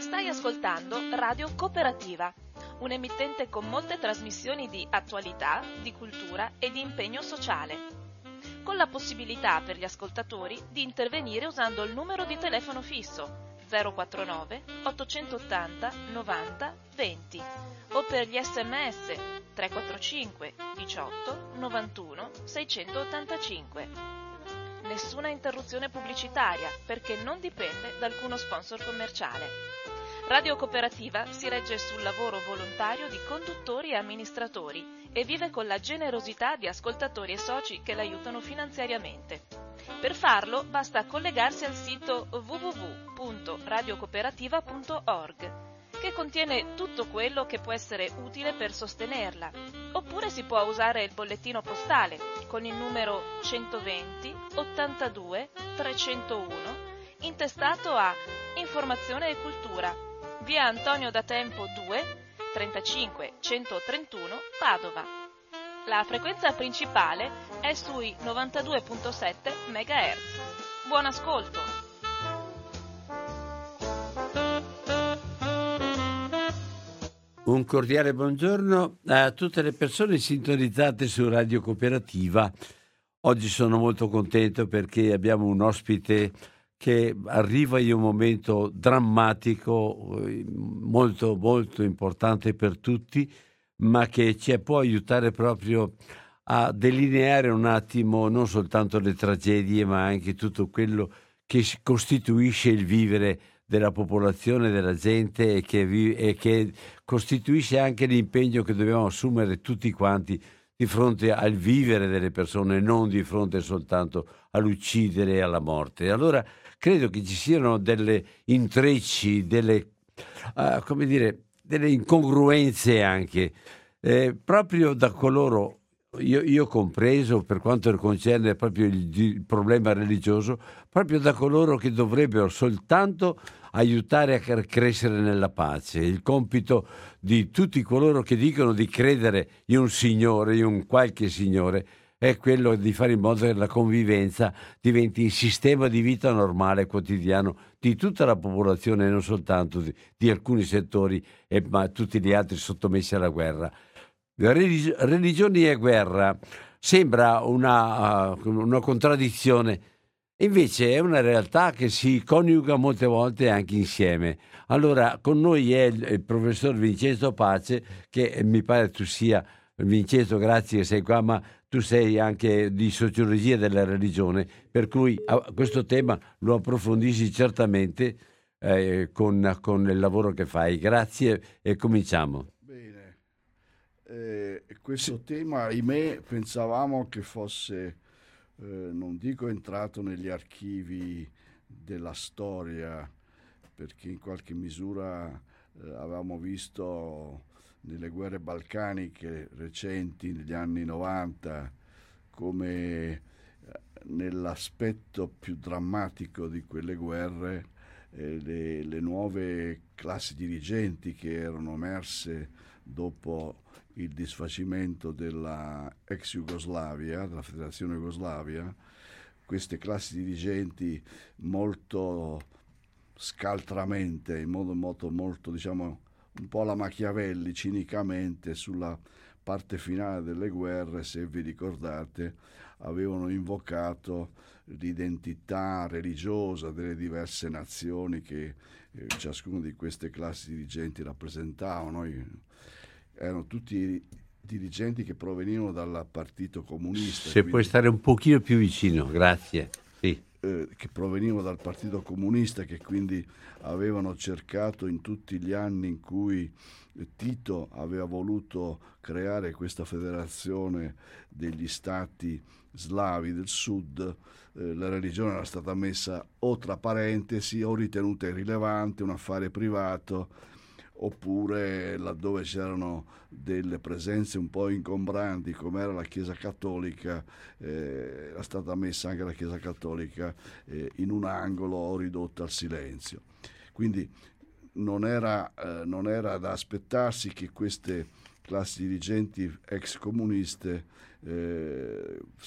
Stai ascoltando Radio Cooperativa, un emittente con molte trasmissioni di attualità, di cultura e di impegno sociale, con la possibilità per gli ascoltatori di intervenire usando il numero di telefono fisso 049 880 90 20 o per gli sms 345 18 91 685. Nessuna interruzione pubblicitaria perché non dipende da alcuno sponsor commerciale. Radio Cooperativa si regge sul lavoro volontario di conduttori e amministratori e vive con la generosità di ascoltatori e soci che l'aiutano finanziariamente. Per farlo basta collegarsi al sito www.radiocooperativa.org, che contiene tutto quello che può essere utile per sostenerla, oppure si può usare il bollettino postale con il numero 120 82 301 intestato a Informazione e Cultura, via Antonio da Tempo 2 35 131 Padova. La frequenza principale è sui 92.7 MHz. Buon ascolto! Un cordiale buongiorno a tutte le persone sintonizzate su Radio Cooperativa. Oggi sono molto contento perché abbiamo un ospite che arriva in un momento drammatico, molto molto importante per tutti, ma che ci può aiutare proprio a delineare un attimo non soltanto le tragedie, ma anche tutto quello che costituisce il vivere della popolazione, della gente e che costituisce anche l'impegno che dobbiamo assumere tutti quanti di fronte al vivere delle persone, non di fronte soltanto all'uccidere e alla morte. Allora credo che ci siano delle intrecci, delle incongruenze anche, proprio da coloro, io compreso per quanto concerne proprio il problema religioso, proprio da coloro che dovrebbero soltanto aiutare a crescere nella pace. Il compito di tutti coloro che dicono di credere in un Signore, in un qualche Signore, è quello di fare in modo che la convivenza diventi il sistema di vita normale, quotidiano, di tutta la popolazione, non soltanto di alcuni settori, ma tutti gli altri sottomessi alla guerra. Religioni e guerra sembra una contraddizione, invece è una realtà che si coniuga molte volte anche insieme. Allora con noi è il professor Vincenzo Pace, che mi pare tu sia. Vincenzo, grazie che sei qua, ma tu sei anche di sociologia della religione, per cui questo tema lo approfondisci certamente con il lavoro che fai. Grazie e cominciamo. Questo tema, ahimè, pensavamo che fosse, non dico entrato negli archivi della storia, perché in qualche misura avevamo visto nelle guerre balcaniche recenti, negli anni 90, come nell'aspetto più drammatico di quelle guerre le nuove classi dirigenti che erano emerse dopo il disfacimento della ex Jugoslavia, della Federazione Jugoslavia, queste classi dirigenti molto scaltramente, in modo molto diciamo un po' alla Machiavelli, cinicamente, sulla parte finale delle guerre, se vi ricordate, avevano invocato l'identità religiosa delle diverse nazioni che ciascuna di queste classi dirigenti rappresentavano. Erano tutti dirigenti che provenivano dal Partito Comunista. Se puoi stare un pochino più vicino, grazie. Sì. Che provenivano dal Partito Comunista, che quindi avevano cercato in tutti gli anni in cui Tito aveva voluto creare questa federazione degli stati slavi del sud, la religione era stata messa o tra parentesi o ritenuta irrilevante, un affare privato, oppure laddove c'erano delle presenze un po' ingombranti come era la Chiesa Cattolica, era stata messa anche la Chiesa Cattolica in un angolo o ridotta al silenzio. Quindi non era da aspettarsi che queste classi dirigenti ex comuniste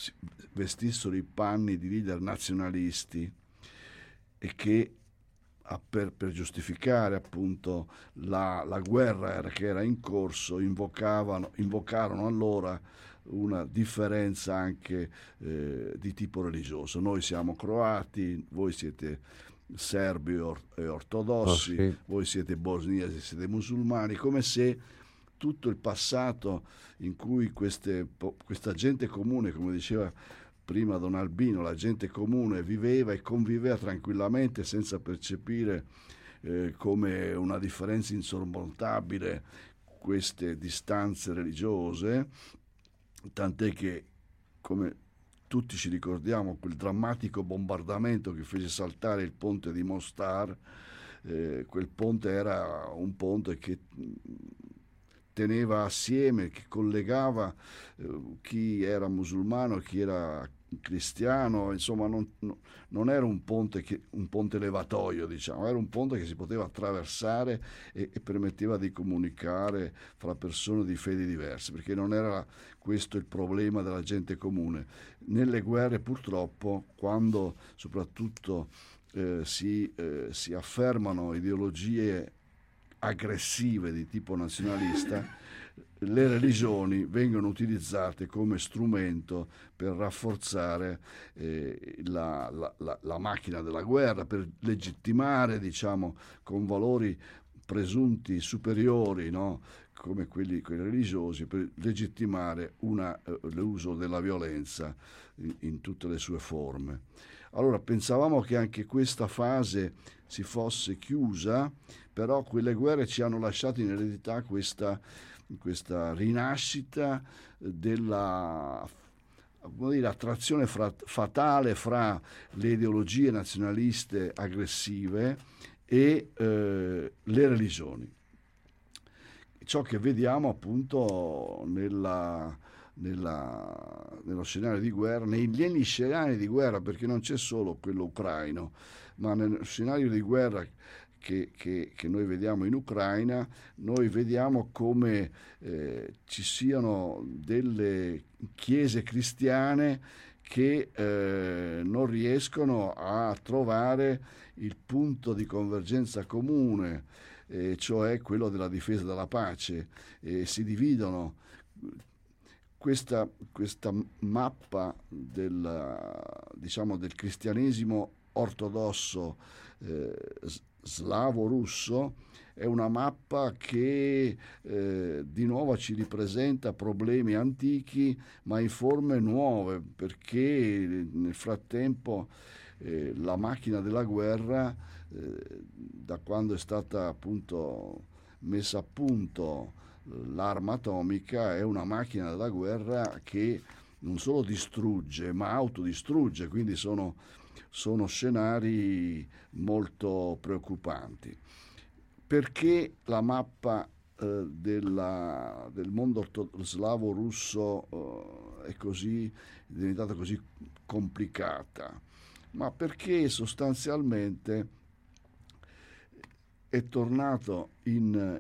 vestissero i panni di leader nazionalisti e che per giustificare appunto la guerra che era in corso, invocarono allora una differenza anche di tipo religioso. Noi siamo croati, voi siete serbi e ortodossi, sì. voi siete bosniasi, siete musulmani, come se tutto il passato in cui questa gente comune, come diceva prima Don Albino, la gente comune viveva e conviveva tranquillamente senza percepire come una differenza insormontabile queste distanze religiose, tant'è che, come tutti ci ricordiamo, quel drammatico bombardamento che fece saltare il ponte di Mostar, quel ponte era un ponte che teneva assieme, che collegava chi era musulmano e chi era cristiano, insomma non era un ponte levatoio, diciamo, era un ponte che si poteva attraversare e permetteva di comunicare fra persone di fedi diverse, perché non era questo il problema della gente comune. Nelle guerre purtroppo, quando soprattutto si affermano ideologie aggressive di tipo nazionalista, le religioni vengono utilizzate come strumento per rafforzare la macchina della guerra, per legittimare, diciamo, con valori presunti superiori, no? Come quelli religiosi, per legittimare l'uso della violenza in tutte le sue forme. Allora pensavamo che anche questa fase si fosse chiusa, però quelle guerre ci hanno lasciato in eredità questa rinascita della, come dire, attrazione fatale fra le ideologie nazionaliste aggressive e le religioni. Ciò che vediamo appunto nello scenario di guerra, negli scenari di guerra, perché non c'è solo quello ucraino, ma nello scenario di guerra che noi vediamo in Ucraina, noi vediamo come ci siano delle chiese cristiane che non riescono a trovare il punto di convergenza comune, cioè quello della difesa della pace, si dividono. Questa mappa del cristianesimo ortodosso slavo-russo è una mappa che di nuovo ci ripresenta problemi antichi ma in forme nuove, perché nel frattempo la macchina della guerra, da quando è stata appunto messa a punto l'arma atomica, è una macchina della guerra che non solo distrugge ma autodistrugge, quindi sono scenari molto preoccupanti. Perché la mappa del mondo slavo-russo è diventata così complicata? Ma perché sostanzialmente è tornato in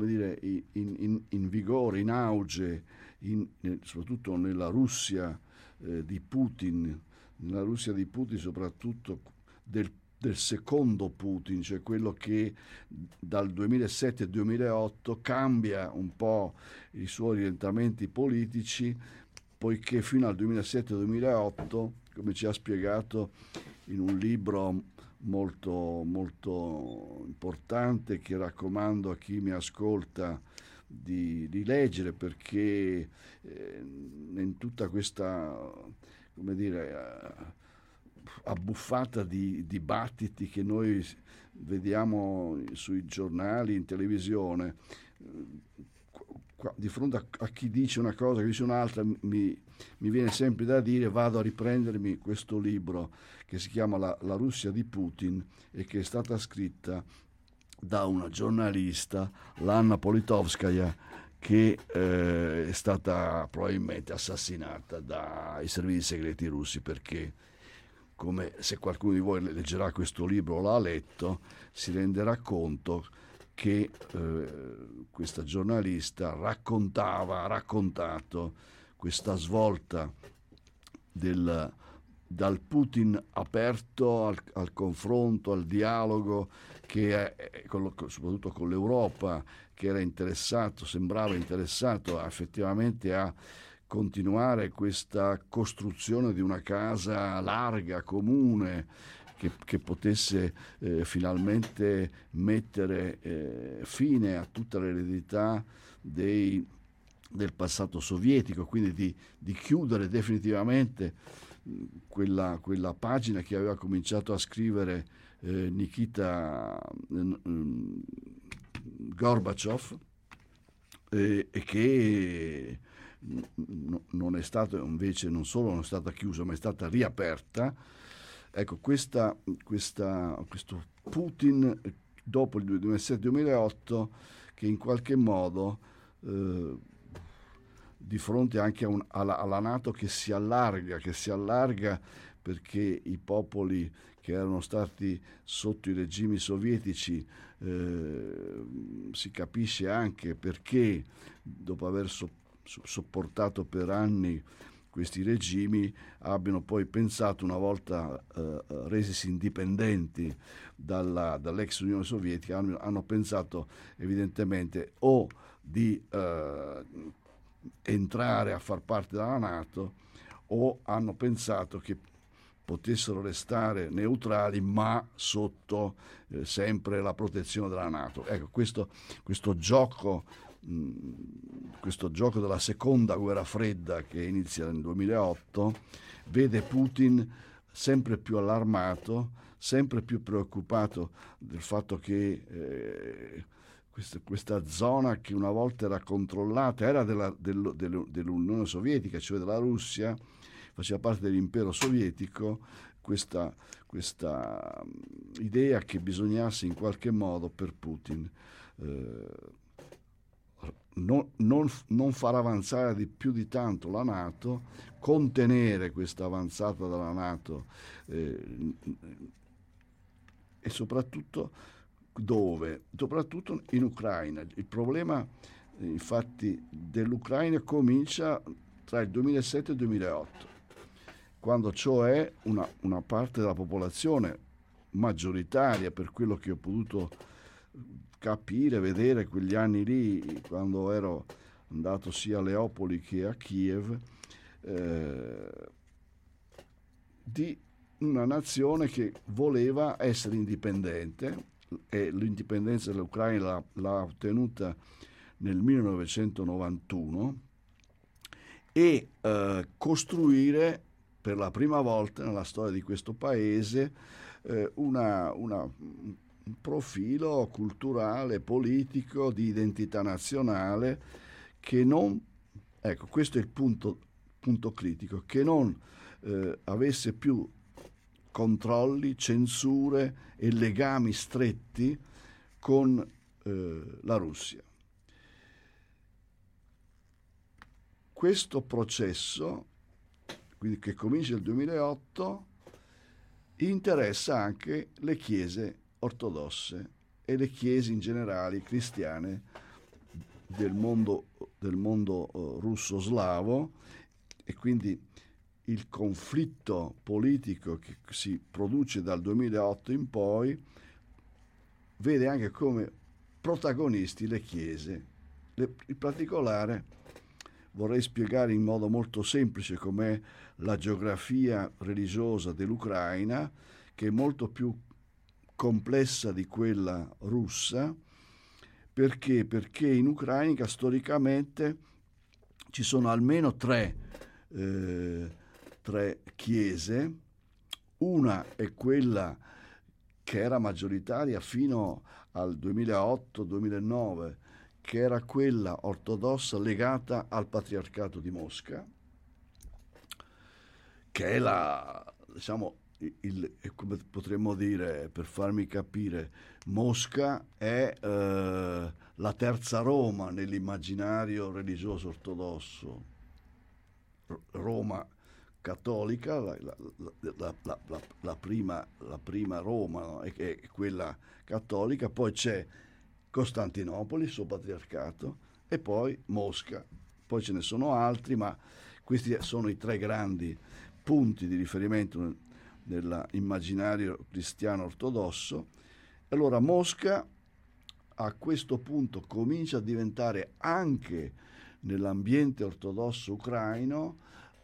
vigore, in auge, soprattutto nella Russia di Putin, soprattutto del secondo Putin, cioè quello che dal 2007 al 2008 cambia un po' i suoi orientamenti politici, poiché fino al 2007-2008, come ci ha spiegato in un libro molto, molto importante che raccomando a chi mi ascolta di leggere, perché in tutta questa, come dire, abbuffata di dibattiti che noi vediamo sui giornali, in televisione, di fronte a chi dice una cosa, chi dice un'altra, mi viene sempre da dire: vado a riprendermi questo libro che si chiama La Russia di Putin e che è stata scritta da una giornalista, l'Anna Politkovskaya, che è stata probabilmente assassinata dai servizi segreti russi, perché, come se qualcuno di voi leggerà questo libro o l'ha letto, si renderà conto che questa giornalista ha raccontato questa svolta del dal Putin aperto al confronto, al dialogo, soprattutto con l'Europa, che era sembrava interessato effettivamente a continuare questa costruzione di una casa larga, comune, che potesse finalmente mettere fine a tutta l'eredità del passato sovietico, quindi di chiudere definitivamente quella pagina che aveva cominciato a scrivere Nikita Gorbaciov, e che non è stato invece, non solo non è stata chiusa, ma è stata riaperta. Ecco, questo Putin dopo il 2007-2008, che in qualche modo di fronte anche alla NATO che si allarga perché i popoli che erano stati sotto i regimi sovietici, si capisce anche perché, dopo aver sopportato per anni questi regimi, abbiano poi pensato, una volta resisi indipendenti dall'ex Unione Sovietica, hanno pensato evidentemente o di entrare a far parte della NATO, o hanno pensato che potessero restare neutrali ma sotto sempre la protezione della NATO. Ecco, questo gioco della seconda guerra fredda, che inizia nel 2008, vede Putin sempre più allarmato, sempre più preoccupato del fatto che questa zona, che una volta era controllata, era dell'Unione Sovietica, cioè della Russia, faceva parte dell'impero sovietico, questa idea che bisognasse in qualche modo per Putin non far avanzare di più di tanto la NATO, contenere questa avanzata della NATO, e soprattutto soprattutto in Ucraina. Il problema infatti dell'Ucraina comincia tra il 2007 e il 2008, quando cioè una parte della popolazione maggioritaria, per quello che ho potuto capire, vedere quegli anni lì, quando ero andato sia a Leopoli che a Kiev, di una nazione che voleva essere indipendente, e l'indipendenza dell'Ucraina l'ha ottenuta nel 1991, e costruire per la prima volta nella storia di questo paese un profilo culturale, politico, di identità nazionale, che non, ecco, questo è il punto critico, che non avesse più controlli, censure e legami stretti con la Russia. Questo processo, quindi, che comincia nel 2008, interessa anche le chiese ortodosse e le chiese in generale cristiane del mondo russo-slavo, e quindi il conflitto politico che si produce dal 2008 in poi vede anche come protagonisti le chiese. In particolare vorrei spiegare in modo molto semplice com'è la geografia religiosa dell'Ucraina, che è molto più complessa di quella russa. Perché? Perché in Ucraina storicamente ci sono almeno tre chiese. Una è quella che era maggioritaria fino al 2008-2009, che era quella ortodossa legata al Patriarcato di Mosca, che è come potremmo dire, per farmi capire, Mosca è la terza Roma nell'immaginario religioso ortodosso. Roma cattolica, la prima Roma, no? È quella cattolica, poi c'è Costantinopoli, il suo patriarcato, e poi Mosca. Poi ce ne sono altri, ma questi sono i tre grandi punti di riferimento nell'immaginario cristiano ortodosso. Allora Mosca a questo punto comincia a diventare anche nell'ambiente ortodosso ucraino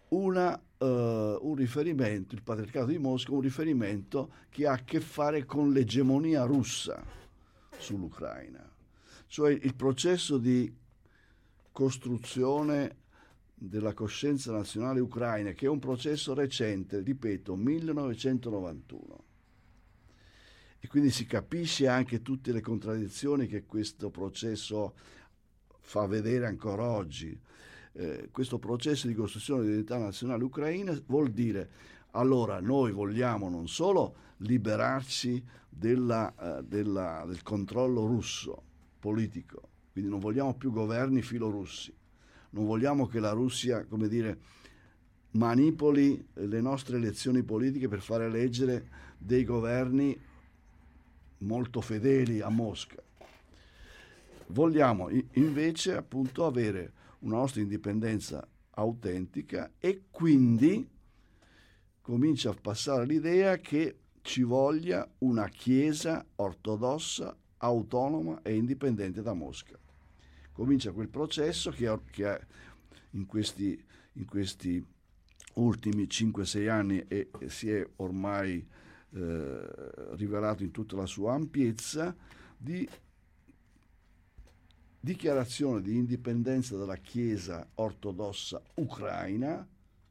un riferimento, il patriarcato di Mosca, un riferimento che ha a che fare con l'egemonia russa sull'Ucraina. Cioè il processo di costruzione della coscienza nazionale ucraina, che è un processo recente, ripeto, 1991. E quindi si capisce anche tutte le contraddizioni che questo processo fa vedere ancora oggi. Questo processo di costruzione dell'identità nazionale ucraina vuol dire, allora noi vogliamo non solo liberarci del controllo russo politico, quindi non vogliamo più governi filorussi, non vogliamo che la Russia, come dire, manipoli le nostre elezioni politiche per fare eleggere dei governi molto fedeli a Mosca. Vogliamo invece appunto avere una nostra indipendenza autentica, e quindi comincia a passare l'idea che ci voglia una chiesa ortodossa autonoma e indipendente da Mosca. Comincia quel processo che in questi ultimi 5-6 anni si è ormai rivelato in tutta la sua ampiezza, di dichiarazione di indipendenza della Chiesa ortodossa ucraina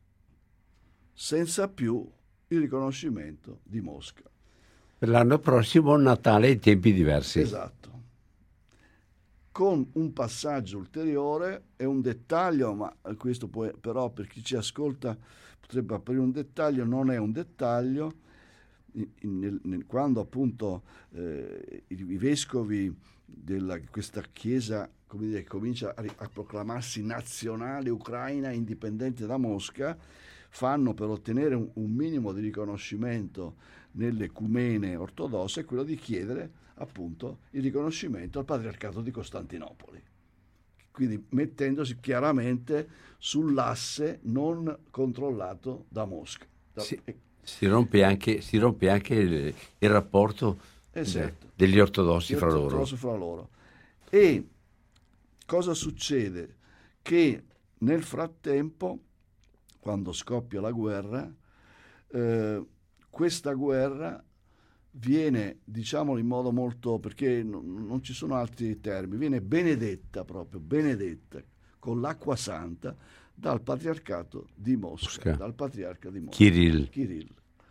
senza più il riconoscimento di Mosca. Per l'anno prossimo Natale in tempi diversi. Esatto. Con un passaggio ulteriore, è un dettaglio, ma questo però per chi ci ascolta potrebbe apparire un dettaglio, non è un dettaglio. Quando appunto i vescovi di questa chiesa, come dire, comincia a proclamarsi nazionale ucraina indipendente da Mosca, fanno, per ottenere un minimo di riconoscimento nell'ecumene ortodossa, è quello di chiedere appunto il riconoscimento al patriarcato di Costantinopoli, quindi mettendosi chiaramente sull'asse non controllato da Mosca. Sì. Si rompe anche il rapporto degli ortodossi fra loro. E cosa succede? Che nel frattempo, quando scoppia la guerra, questa guerra viene, diciamolo in modo molto, perché non ci sono altri termini, viene benedetta con l'acqua santa dal patriarcato di Mosca. Dal patriarca di Mosca, Kirill.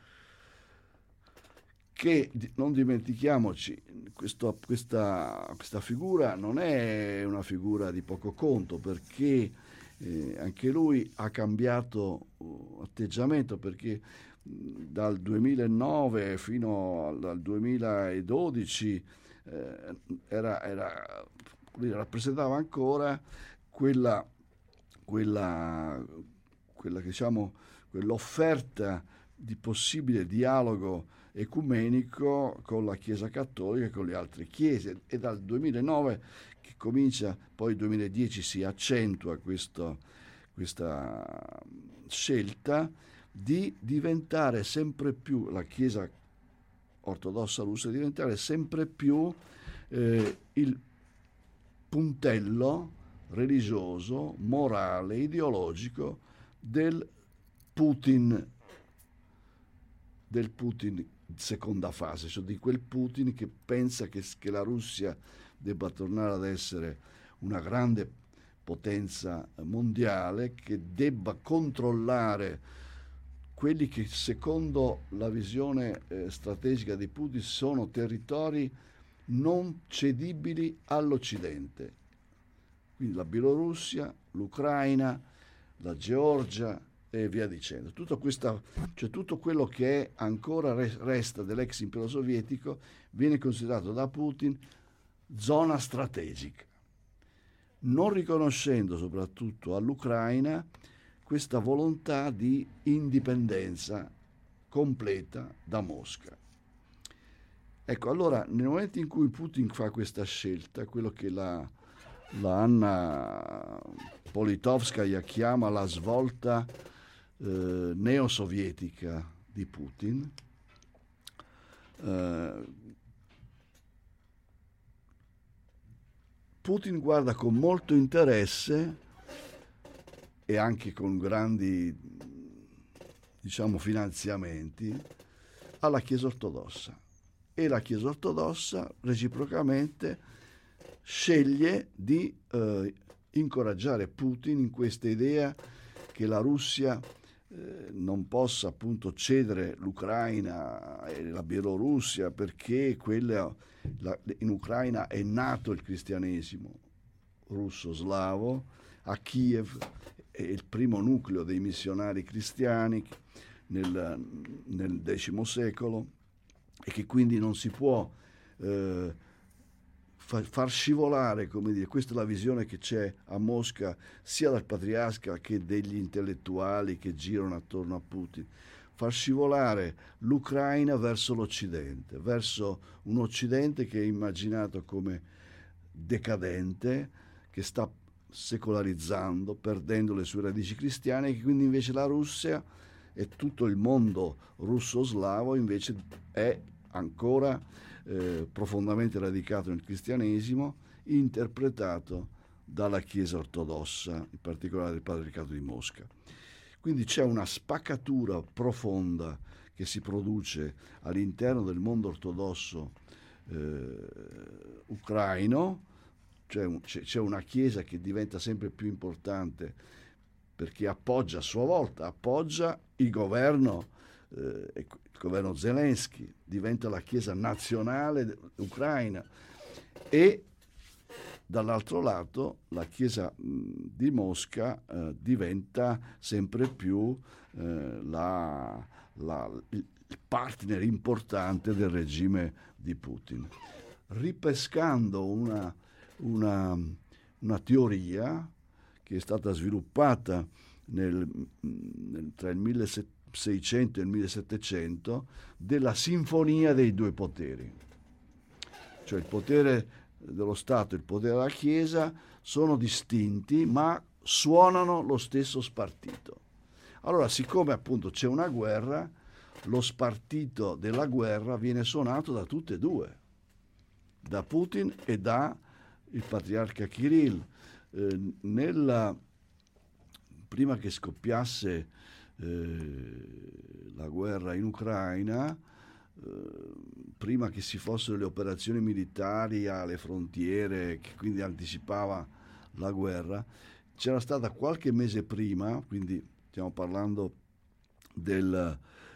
Che non dimentichiamoci, questa figura non è una figura di poco conto, perché anche lui ha cambiato atteggiamento, perché dal 2009 fino al 2012 rappresentava ancora quella diciamo, quell'offerta di possibile dialogo ecumenico con la Chiesa Cattolica e con le altre chiese, e dal 2009 che comincia, poi 2010 si accentua questa scelta di diventare sempre più, la Chiesa ortodossa russa, diventare sempre più il puntello religioso, morale, ideologico del Putin seconda fase, cioè di quel Putin che pensa che la Russia debba tornare ad essere una grande potenza mondiale, che debba controllare quelli che secondo la visione strategica di Putin sono territori non cedibili all'Occidente, quindi la Bielorussia, l'Ucraina, la Georgia e via dicendo. Tutto quello che ancora resta dell'ex impero sovietico viene considerato da Putin zona strategica, non riconoscendo soprattutto all'Ucraina questa volontà di indipendenza completa da Mosca. Ecco, allora nel momento in cui Putin fa questa scelta, quello che la Anna Politkovskaya chiama la svolta neosovietica di Putin. Putin guarda con molto interesse e anche con grandi, diciamo, finanziamenti alla Chiesa ortodossa, e la Chiesa ortodossa reciprocamente sceglie di incoraggiare Putin in questa idea che la Russia non possa appunto cedere l'Ucraina e la Bielorussia, perché in Ucraina è nato il cristianesimo russo-slavo, a Kiev è il primo nucleo dei missionari cristiani nel X secolo, e che quindi non si può far scivolare, come dire, questa è la visione che c'è a Mosca sia dal patriarca che degli intellettuali che girano attorno a Putin, far scivolare l'Ucraina verso l'Occidente, verso un Occidente che è immaginato come decadente, che sta secolarizzando, perdendo le sue radici cristiane, e che quindi invece la Russia e tutto il mondo russo-slavo invece è ancora profondamente radicato nel cristianesimo, interpretato dalla Chiesa ortodossa, in particolare del Patriarcato di Mosca. Quindi c'è una spaccatura profonda che si produce all'interno del mondo ortodosso ucraino. C'è una Chiesa che diventa sempre più importante perché appoggia a sua volta il governo Zelensky, diventa la Chiesa nazionale ucraina, e dall'altro lato la Chiesa di Mosca diventa sempre più il partner importante del regime di Putin, ripescando una teoria che è stata sviluppata tra il 1600 e il 1700 della sinfonia dei due poteri, cioè il potere dello Stato e il potere della Chiesa sono distinti ma suonano lo stesso spartito. Allora, siccome appunto c'è una guerra, lo spartito della guerra viene suonato da tutte e due, da Putin e da il patriarca Kirill. Prima che scoppiasse la guerra in Ucraina, prima che si fossero le operazioni militari alle frontiere, che quindi anticipava la guerra, c'era stata qualche mese prima, quindi stiamo parlando del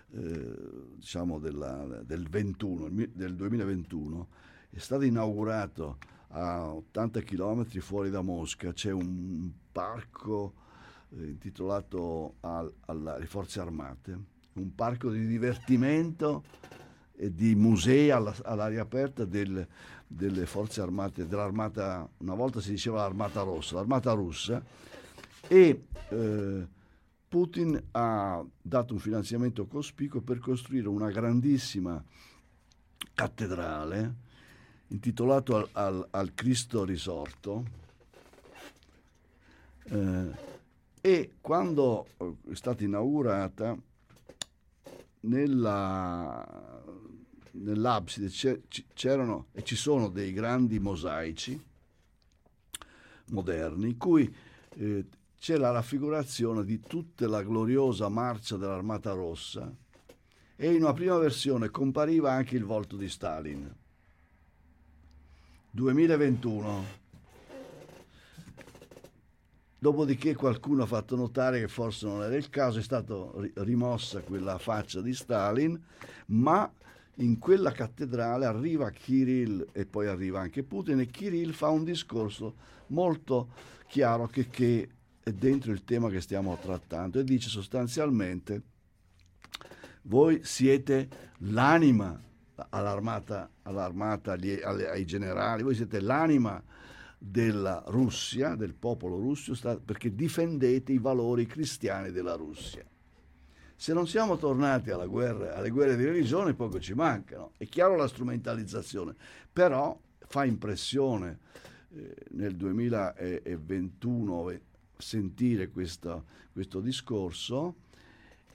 2021, è stato inaugurato a 80 chilometri fuori da Mosca, c'è un parco intitolato alle Forze Armate, un parco di divertimento e di musei all'aria aperta delle Forze Armate, dell'Armata, una volta si diceva l'Armata Rossa, l'Armata russa, e Putin ha dato un finanziamento cospicuo per costruire una grandissima cattedrale intitolato al Cristo risorto, e quando è stata inaugurata, nell'abside c'erano e ci sono dei grandi mosaici moderni in cui c'è la raffigurazione di tutta la gloriosa marcia dell'Armata Rossa, e in una prima versione compariva anche il volto di Stalin. 2021. Dopodiché qualcuno ha fatto notare che forse non era il caso, è stata rimossa quella faccia di Stalin, ma in quella cattedrale arriva Kirill e poi arriva anche Putin, e Kirill fa un discorso molto chiaro che è dentro il tema che stiamo trattando, e dice sostanzialmente: voi siete l'anima all'armata ai generali, voi siete l'anima della Russia, del popolo russo, perché difendete i valori cristiani della Russia. Se non siamo tornati alle guerre di religione, poco ci mancano. È chiaro la strumentalizzazione, però fa impressione nel 2021 sentire questo discorso,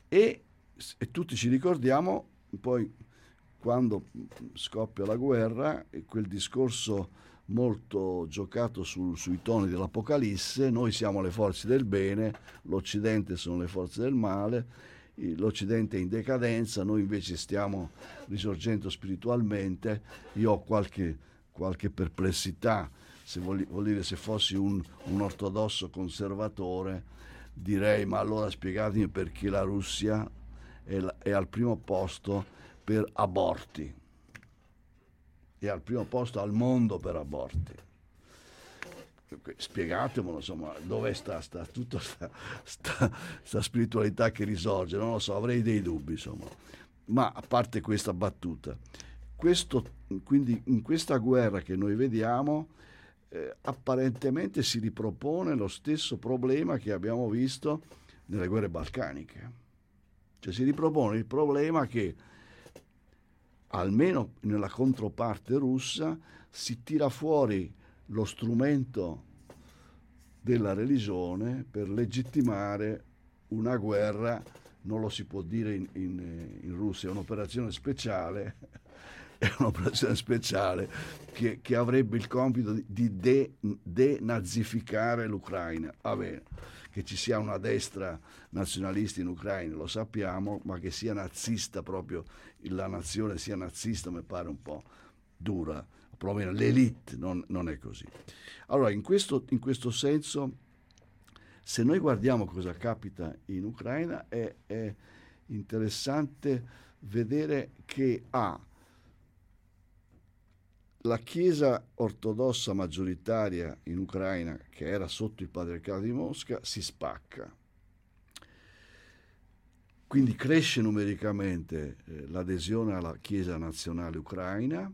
e tutti ci ricordiamo poi quando scoppia la guerra, quel discorso molto giocato sui toni dell'Apocalisse: noi siamo le forze del bene, l'Occidente sono le forze del male, l'Occidente è in decadenza, noi invece stiamo risorgendo spiritualmente. Io ho qualche perplessità, se vuol dire, se fossi un ortodosso conservatore, direi: ma allora spiegatemi perché la Russia è al primo posto per aborti, è al primo posto al mondo per aborti. Spiegatemelo, insomma, dove sta tutta sta spiritualità che risorge? Non lo so, avrei dei dubbi, insomma. Ma a parte questa battuta, quindi in questa guerra che noi vediamo, apparentemente si ripropone lo stesso problema che abbiamo visto nelle guerre balcaniche. Cioè si ripropone il problema che, almeno nella controparte russa, si tira fuori lo strumento della religione per legittimare una guerra. Non lo si può dire in Russia, è un'operazione speciale, è un'operazione speciale che avrebbe il compito di denazificare l'Ucraina. Va bene, che ci sia una destra nazionalista in Ucraina lo sappiamo, ma che sia nazista, proprio la nazione sia nazista, mi pare un po' dura, perlomeno l'elite non è così. Allora, in questo senso, se noi guardiamo cosa capita in Ucraina, è interessante vedere che la Chiesa ortodossa maggioritaria in Ucraina, che era sotto il patriarcato di Mosca, si spacca. Quindi cresce numericamente l'adesione alla Chiesa nazionale ucraina,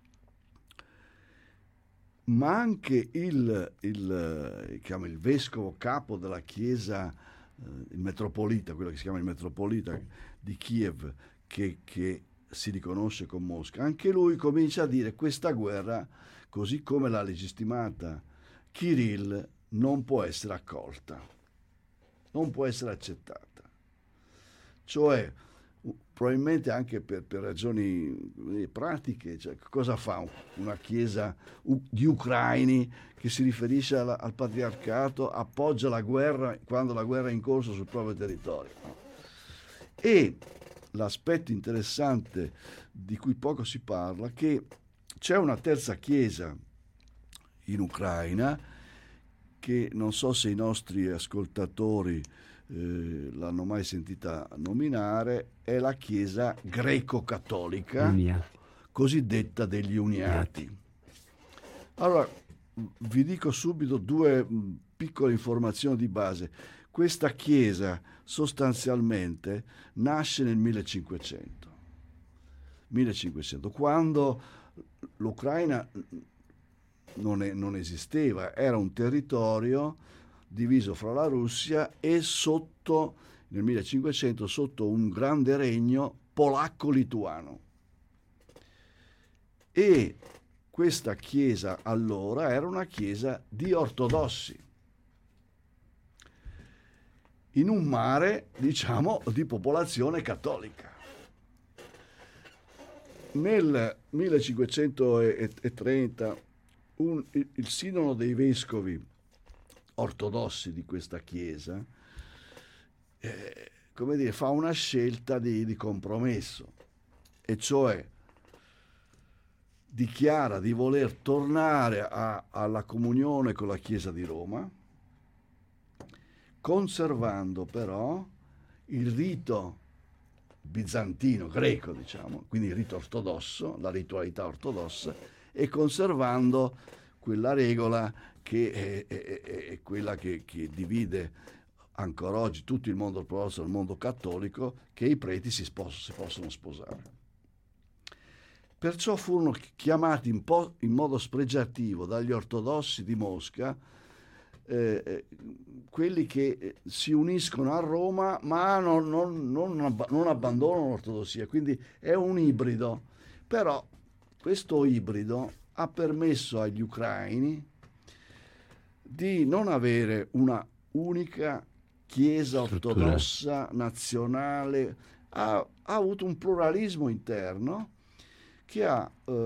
ma anche il vescovo capo della Chiesa, il metropolita, quello che si chiama il metropolita di Kiev, che si riconosce con Mosca, anche lui comincia a dire: questa guerra, così come l'ha legittimata Kirill, non può essere accolta, non può essere accettata. Cioè, probabilmente anche per ragioni pratiche, cioè, cosa fa una chiesa di ucraini che si riferisce al patriarcato, appoggia la guerra quando la guerra è in corso sul proprio territorio? E l'aspetto interessante di cui poco si parla, che c'è una terza chiesa in Ucraina, che non so se i nostri ascoltatori l'hanno mai sentita nominare, è la Chiesa greco-cattolica, cosiddetta degli Uniati. Allora, vi dico subito due piccole informazioni di base. Questa Chiesa sostanzialmente nasce nel 1500, quando l'Ucraina non esisteva, era un territorio diviso fra la Russia e nel 1500 sotto un grande regno polacco-lituano. E questa chiesa allora era una chiesa di ortodossi, in un mare, diciamo, di popolazione cattolica. Nel 1530 il sinodo dei vescovi ortodossi di questa chiesa fa una scelta di compromesso, e cioè dichiara di voler tornare alla comunione con la Chiesa di Roma, conservando però il rito bizantino, greco, diciamo, quindi il rito ortodosso, la ritualità ortodossa, e conservando quella regola che è quella che divide ancora oggi tutto il mondo ortodosso dal mondo cattolico, che i preti si possono sposare. Perciò furono chiamati in modo spregiativo dagli ortodossi di Mosca quelli che si uniscono a Roma ma non abbandonano l'ortodossia, quindi è un ibrido. Però questo ibrido ha permesso agli ucraini di non avere una unica Chiesa ortodossa nazionale, ha avuto un pluralismo interno che ha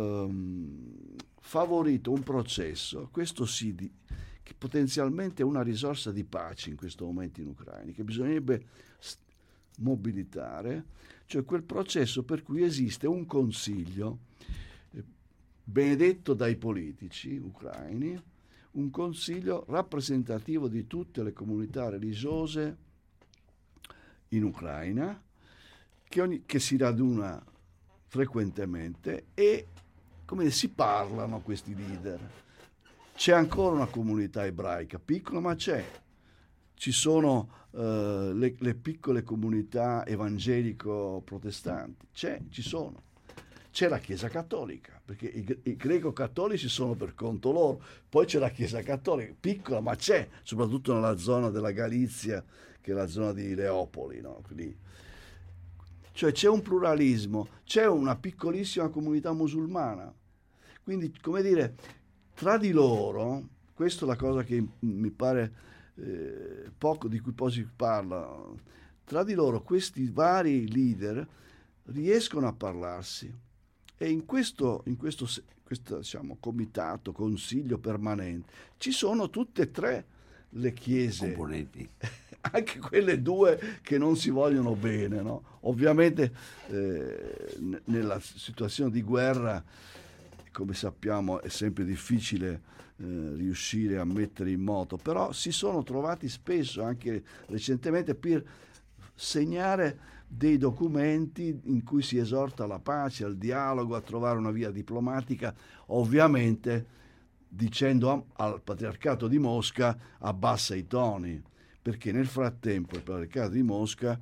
favorito un processo, questo sì, che potenzialmente è una risorsa di pace in questo momento in Ucraina, che bisognerebbe mobilitare, cioè quel processo per cui esiste un consiglio benedetto dai politici ucraini, un consiglio rappresentativo di tutte le comunità religiose in Ucraina, che si raduna frequentemente e come si parlano questi leader. C'è ancora una comunità ebraica piccola, ma ci sono le piccole comunità evangelico-protestanti, ci sono. C'è la Chiesa Cattolica, perché i greco-cattolici sono per conto loro, poi c'è la Chiesa Cattolica, piccola, ma c'è, soprattutto nella zona della Galizia, che è la zona di Leopoli, no? Lì. Cioè c'è un pluralismo, c'è una piccolissima comunità musulmana, quindi, come dire, tra di loro, questa è la cosa che mi pare poco, di cui poi si parla, tra di loro questi vari leader riescono a parlarsi. E in questo diciamo, comitato, consiglio permanente, ci sono tutte e tre le chiese, componenti, anche quelle due che non si vogliono bene, no? Ovviamente nella situazione di guerra, come sappiamo, è sempre difficile riuscire a mettere in moto, però si sono trovati spesso, anche recentemente, per segnare dei documenti in cui si esorta alla pace, al dialogo, a trovare una via diplomatica, ovviamente dicendo al Patriarcato di Mosca abbassa i toni, perché nel frattempo il Patriarcato di Mosca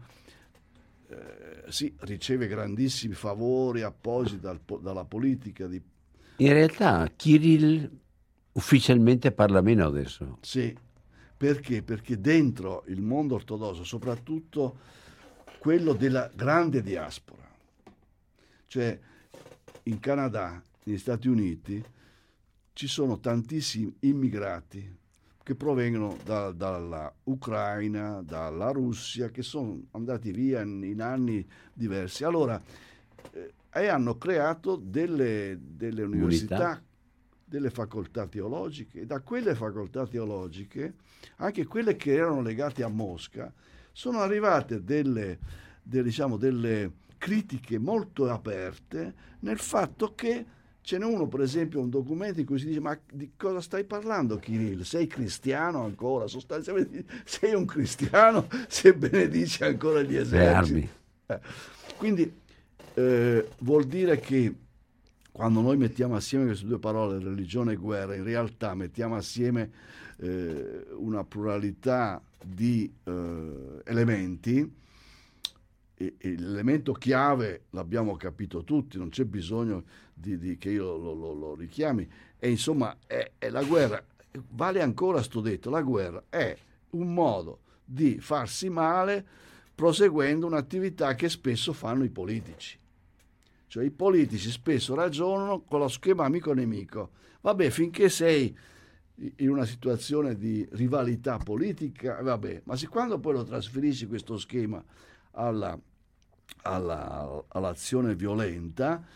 riceve grandissimi favori, appoggi dalla politica di... In realtà Kirill ufficialmente parla meno adesso. Sì, perché? Perché dentro il mondo ortodosso, soprattutto quello della grande diaspora, cioè in Canada, negli Stati Uniti, ci sono tantissimi immigrati che provengono dalla Ucraina, dalla Russia, che sono andati via in anni diversi. Allora, e hanno creato delle università, delle facoltà teologiche, e da quelle facoltà teologiche, anche quelle che erano legate a Mosca, sono arrivate delle critiche molto aperte nel fatto che ce n'è uno, per esempio, un documento in cui si dice: ma di cosa stai parlando, Kirill? Sei cristiano ancora? Sostanzialmente sei un cristiano se benedici ancora gli eserciti. Quindi vuol dire che quando noi mettiamo assieme queste due parole, religione e guerra, in realtà mettiamo assieme una pluralità di elementi, e l'elemento chiave l'abbiamo capito tutti, non c'è bisogno che io lo richiami, e insomma è la guerra. Vale ancora sto detto: la guerra è un modo di farsi male proseguendo un'attività che spesso fanno i politici. Cioè i politici spesso ragionano con lo schema amico-nemico. Vabbè, finché sei in una situazione di rivalità politica, vabbè, ma quando poi lo trasferisci questo schema all'azione violenta,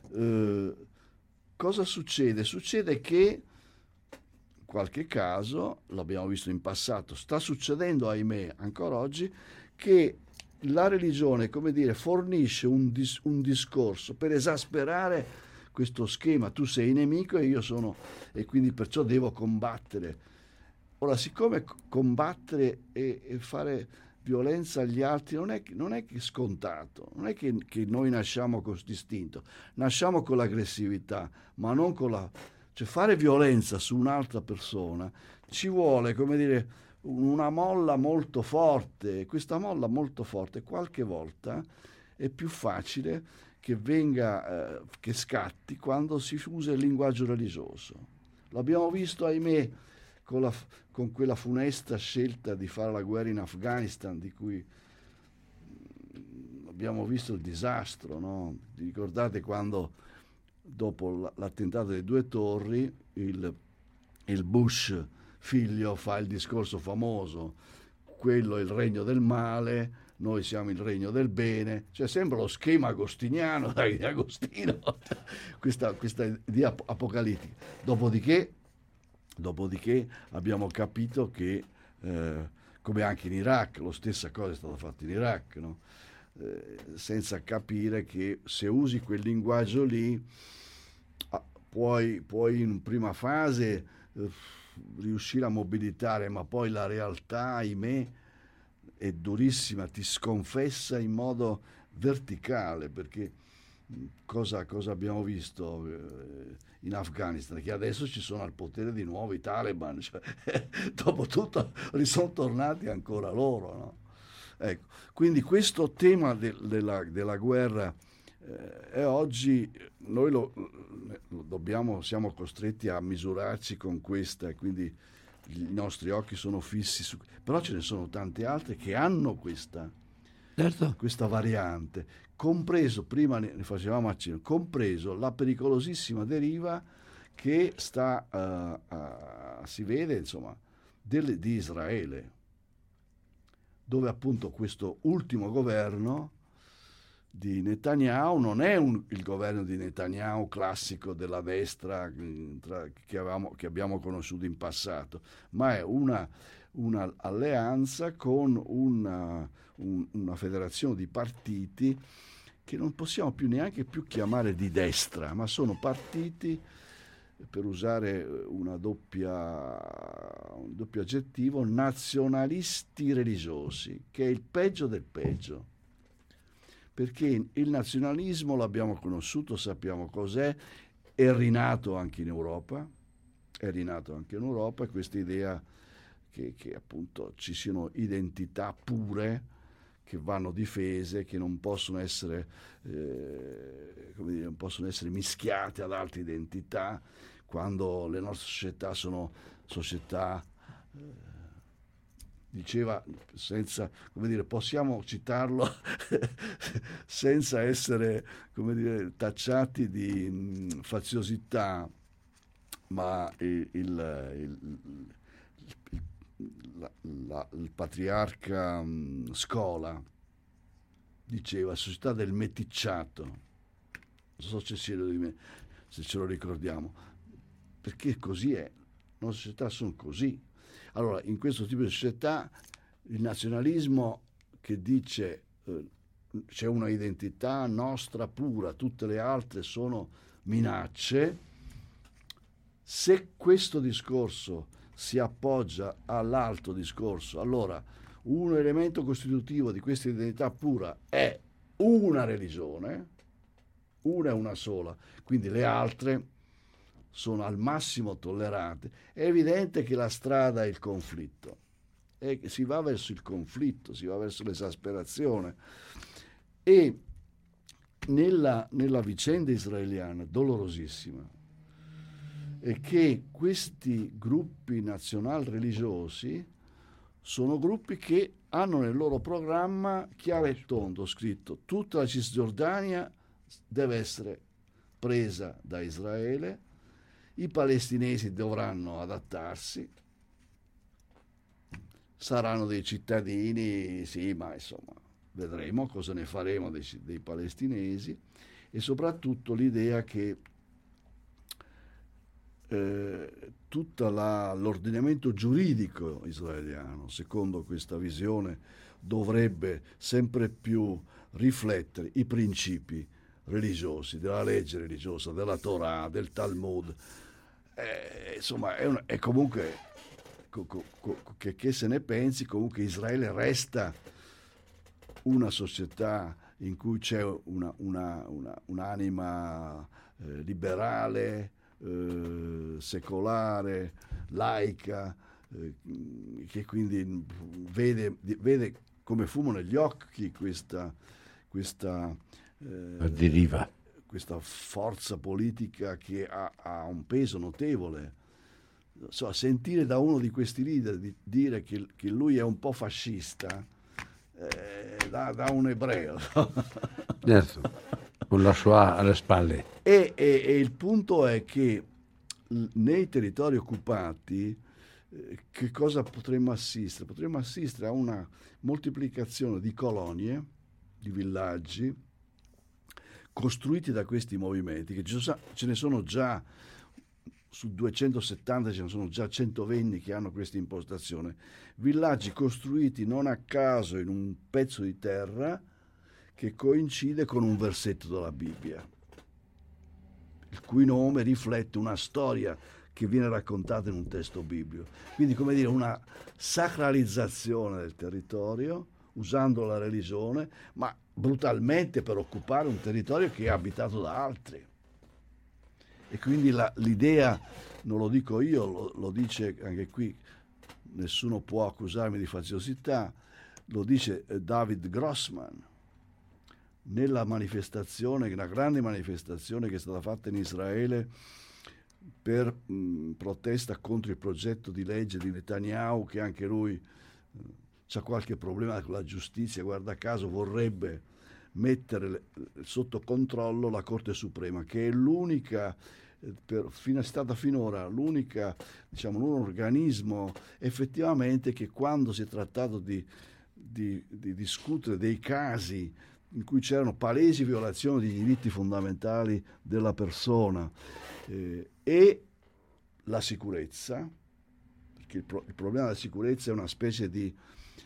cosa succede? Succede che in qualche caso, l'abbiamo visto in passato, sta succedendo, ahimè, ancora oggi, che la religione, come dire, fornisce un discorso per esasperare questo schema: tu sei nemico e io sono, e quindi perciò devo combattere. Ora, siccome combattere e fare violenza agli altri non è che scontato, non è che noi nasciamo con questo istinto, nasciamo con l'aggressività, ma non con cioè fare violenza su un'altra persona ci vuole, come dire, una molla molto forte. Questa molla molto forte qualche volta è più facile che venga, che scatti quando si usa il linguaggio religioso. L'abbiamo visto, ahimè, con quella funesta scelta di fare la guerra in Afghanistan, di cui abbiamo visto il disastro, no? Vi ricordate quando, dopo l'attentato delle due torri, il Bush figlio fa il discorso famoso: quello è il regno del male, noi siamo il regno del bene, cioè sembra lo schema agostiniano di Agostino, questa idea apocalittica. Dopodiché abbiamo capito che, come anche in Iraq, la stessa cosa è stata fatta in Iraq, no? Senza capire che se usi quel linguaggio lì puoi in prima fase riuscire a mobilitare, ma poi la realtà, ahimè, è durissima, ti sconfessa in modo verticale, perché cosa abbiamo visto in Afghanistan? Che adesso ci sono al potere di nuovo i Taliban, cioè, dopo tutto sono tornati ancora loro, no? Ecco, quindi questo tema della guerra e oggi noi siamo costretti a misurarci con questa, e quindi i nostri occhi sono fissi su, però ce ne sono tante altre che hanno questa variante, compreso, prima ne facevamo accenno, compreso la pericolosissima deriva che si vede, insomma, di Israele, dove appunto questo ultimo governo di Netanyahu non è il governo di Netanyahu classico della destra che abbiamo conosciuto in passato, ma è una alleanza con una federazione di partiti che non possiamo neanche più chiamare di destra, ma sono partiti, per usare un doppio aggettivo, nazionalisti religiosi, che è il peggio del peggio. Perché il nazionalismo l'abbiamo conosciuto, sappiamo cos'è, è rinato anche in Europa, questa idea che appunto ci siano identità pure che vanno difese, che non possono essere non possono essere mischiate ad altre identità, quando le nostre società sono società diceva, senza, possiamo citarlo senza essere, tacciati di faziosità, ma il patriarca Scola diceva società del meticciato, non so se ce lo ricordiamo, perché così è, le nostre società sono così. Allora, in questo tipo di società il nazionalismo che dice c'è una identità nostra pura, tutte le altre sono minacce, se questo discorso si appoggia all'altro discorso, allora un elemento costitutivo di questa identità pura è una religione, una e una sola, quindi le altre sono al massimo tollerate. È evidente che la strada è il conflitto, e si va verso il conflitto, si va verso l'esasperazione, e nella vicenda israeliana dolorosissima è che questi gruppi nazional-religiosi sono gruppi che hanno nel loro programma chiaro e tondo scritto: tutta la Cisgiordania deve essere presa da Israele, i palestinesi dovranno adattarsi, saranno dei cittadini, sì, ma insomma vedremo cosa ne faremo dei palestinesi, e soprattutto l'idea che tutto l'ordinamento giuridico israeliano, secondo questa visione, dovrebbe sempre più riflettere i principi religiosi, della legge religiosa, della Torah, del Talmud. Insomma, è comunque, che se ne pensi, comunque Israele resta una società in cui c'è un'anima liberale, secolare, laica, che quindi vede come fumo negli occhi questa deriva, questa forza politica che ha un peso notevole. Sentire da uno di questi leader dire che lui è un po' fascista, da un ebreo. Certo, con la Shoah alle spalle. E il punto è che nei territori occupati che cosa potremmo assistere? Potremmo assistere a una moltiplicazione di colonie, di villaggi, costruiti da questi movimenti, che ce ne sono già, su 270 ce ne sono già 120 che hanno questa impostazione, villaggi costruiti non a caso in un pezzo di terra che coincide con un versetto della Bibbia, il cui nome riflette una storia che viene raccontata in un testo biblico. Quindi, come dire, una sacralizzazione del territorio usando la religione, ma brutalmente per occupare un territorio che è abitato da altri. E quindi l'idea, non lo dico io, lo dice anche qui, nessuno può accusarmi di faziosità, lo dice David Grossman nella manifestazione, una grande manifestazione che è stata fatta in Israele per protesta contro il progetto di legge di Netanyahu, che anche lui c'ha qualche problema con la giustizia, guarda caso vorrebbe mettere sotto controllo la Corte Suprema, che è l'unica, è stata finora l'unica, diciamo, un organismo effettivamente che quando si è trattato di discutere dei casi in cui c'erano palesi violazioni di diritti fondamentali della persona e la sicurezza, perché il problema della sicurezza è una specie di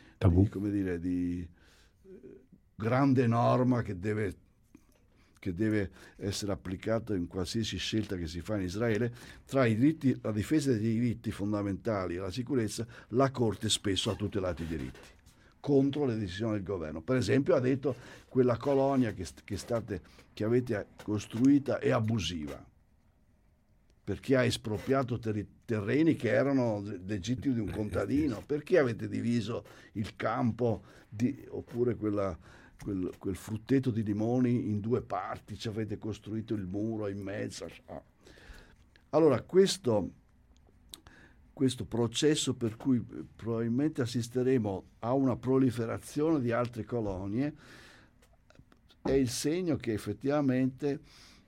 grande norma che deve essere applicata in qualsiasi scelta che si fa in Israele. Tra i diritti, la difesa dei diritti fondamentali e la sicurezza, la Corte spesso ha tutelato i diritti contro le decisioni del governo. Per esempio ha detto quella colonia che avete costruita è abusiva perché ha espropriato terreni che erano legittimi di un contadino. Perché avete diviso il campo oppure quel frutteto di limoni in due parti, ci avete costruito il muro in mezzo? Allora questo processo per cui probabilmente assisteremo a una proliferazione di altre colonie è il segno che effettivamente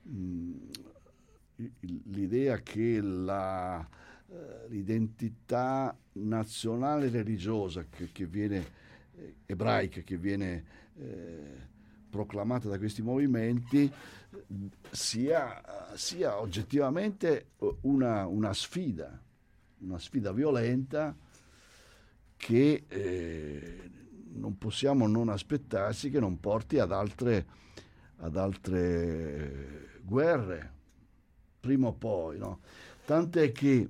l'idea che l'identità nazionale religiosa che viene ebraica, che viene proclamata da questi movimenti sia oggettivamente una sfida violenta che non possiamo non aspettarsi che non porti ad altre guerre prima o poi, no? Tant'è che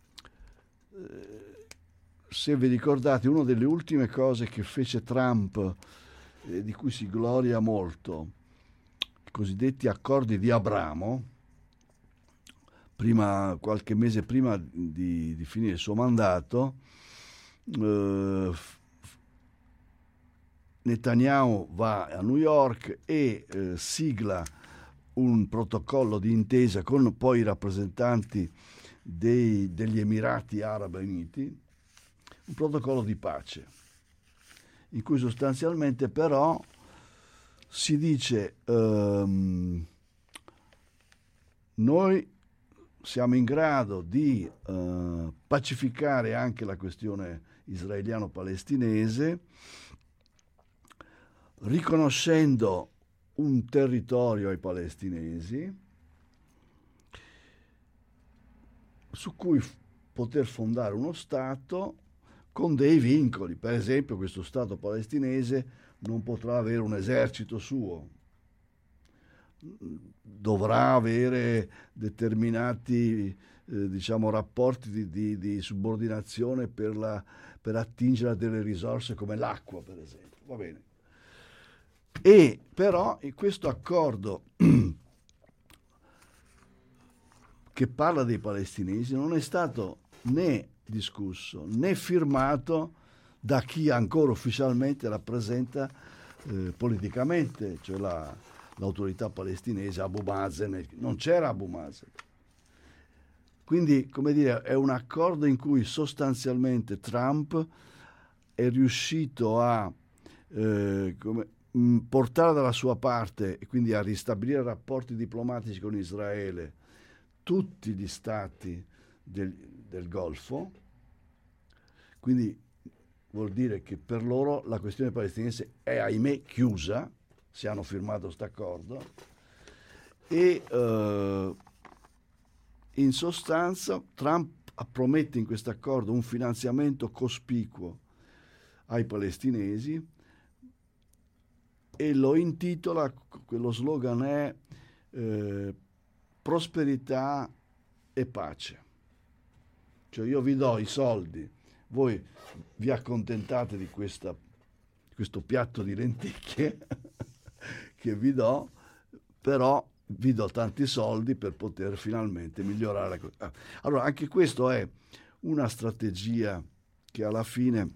se vi ricordate, una delle ultime cose che fece Trump, di cui si gloria molto, i cosiddetti accordi di Abramo, qualche mese prima di finire il suo mandato, Netanyahu va a New York e sigla un protocollo di intesa con poi i rappresentanti degli Emirati Arabi Uniti, un protocollo di pace, in cui sostanzialmente però si dice noi siamo in grado di pacificare anche la questione israeliano-palestinese, riconoscendo un territorio ai palestinesi su cui poter fondare uno Stato con dei vincoli. Per esempio, questo Stato palestinese non potrà avere un esercito suo, dovrà avere determinati rapporti di subordinazione per attingere a delle risorse come l'acqua, per esempio. Va bene. E però in questo accordo che parla dei palestinesi non è stato né discusso né firmato da chi ancora ufficialmente rappresenta politicamente, cioè l'autorità palestinese, Abu Mazen. Non c'era Abu Mazen. Quindi, come dire, è un accordo in cui sostanzialmente Trump è riuscito a portare dalla sua parte e quindi a ristabilire rapporti diplomatici con Israele tutti gli stati del Golfo, Quindi vuol dire che per loro la questione palestinese è, ahimè, chiusa, se hanno firmato questo accordo, e in sostanza Trump promette in questo accordo un finanziamento cospicuo ai palestinesi e lo intitola, quello slogan è prosperità e pace. Cioè io vi do i soldi, voi vi accontentate di questo piatto di lenticchie che vi do, però vi do tanti soldi per poter finalmente migliorare la cosa. Allora anche questo è una strategia che alla fine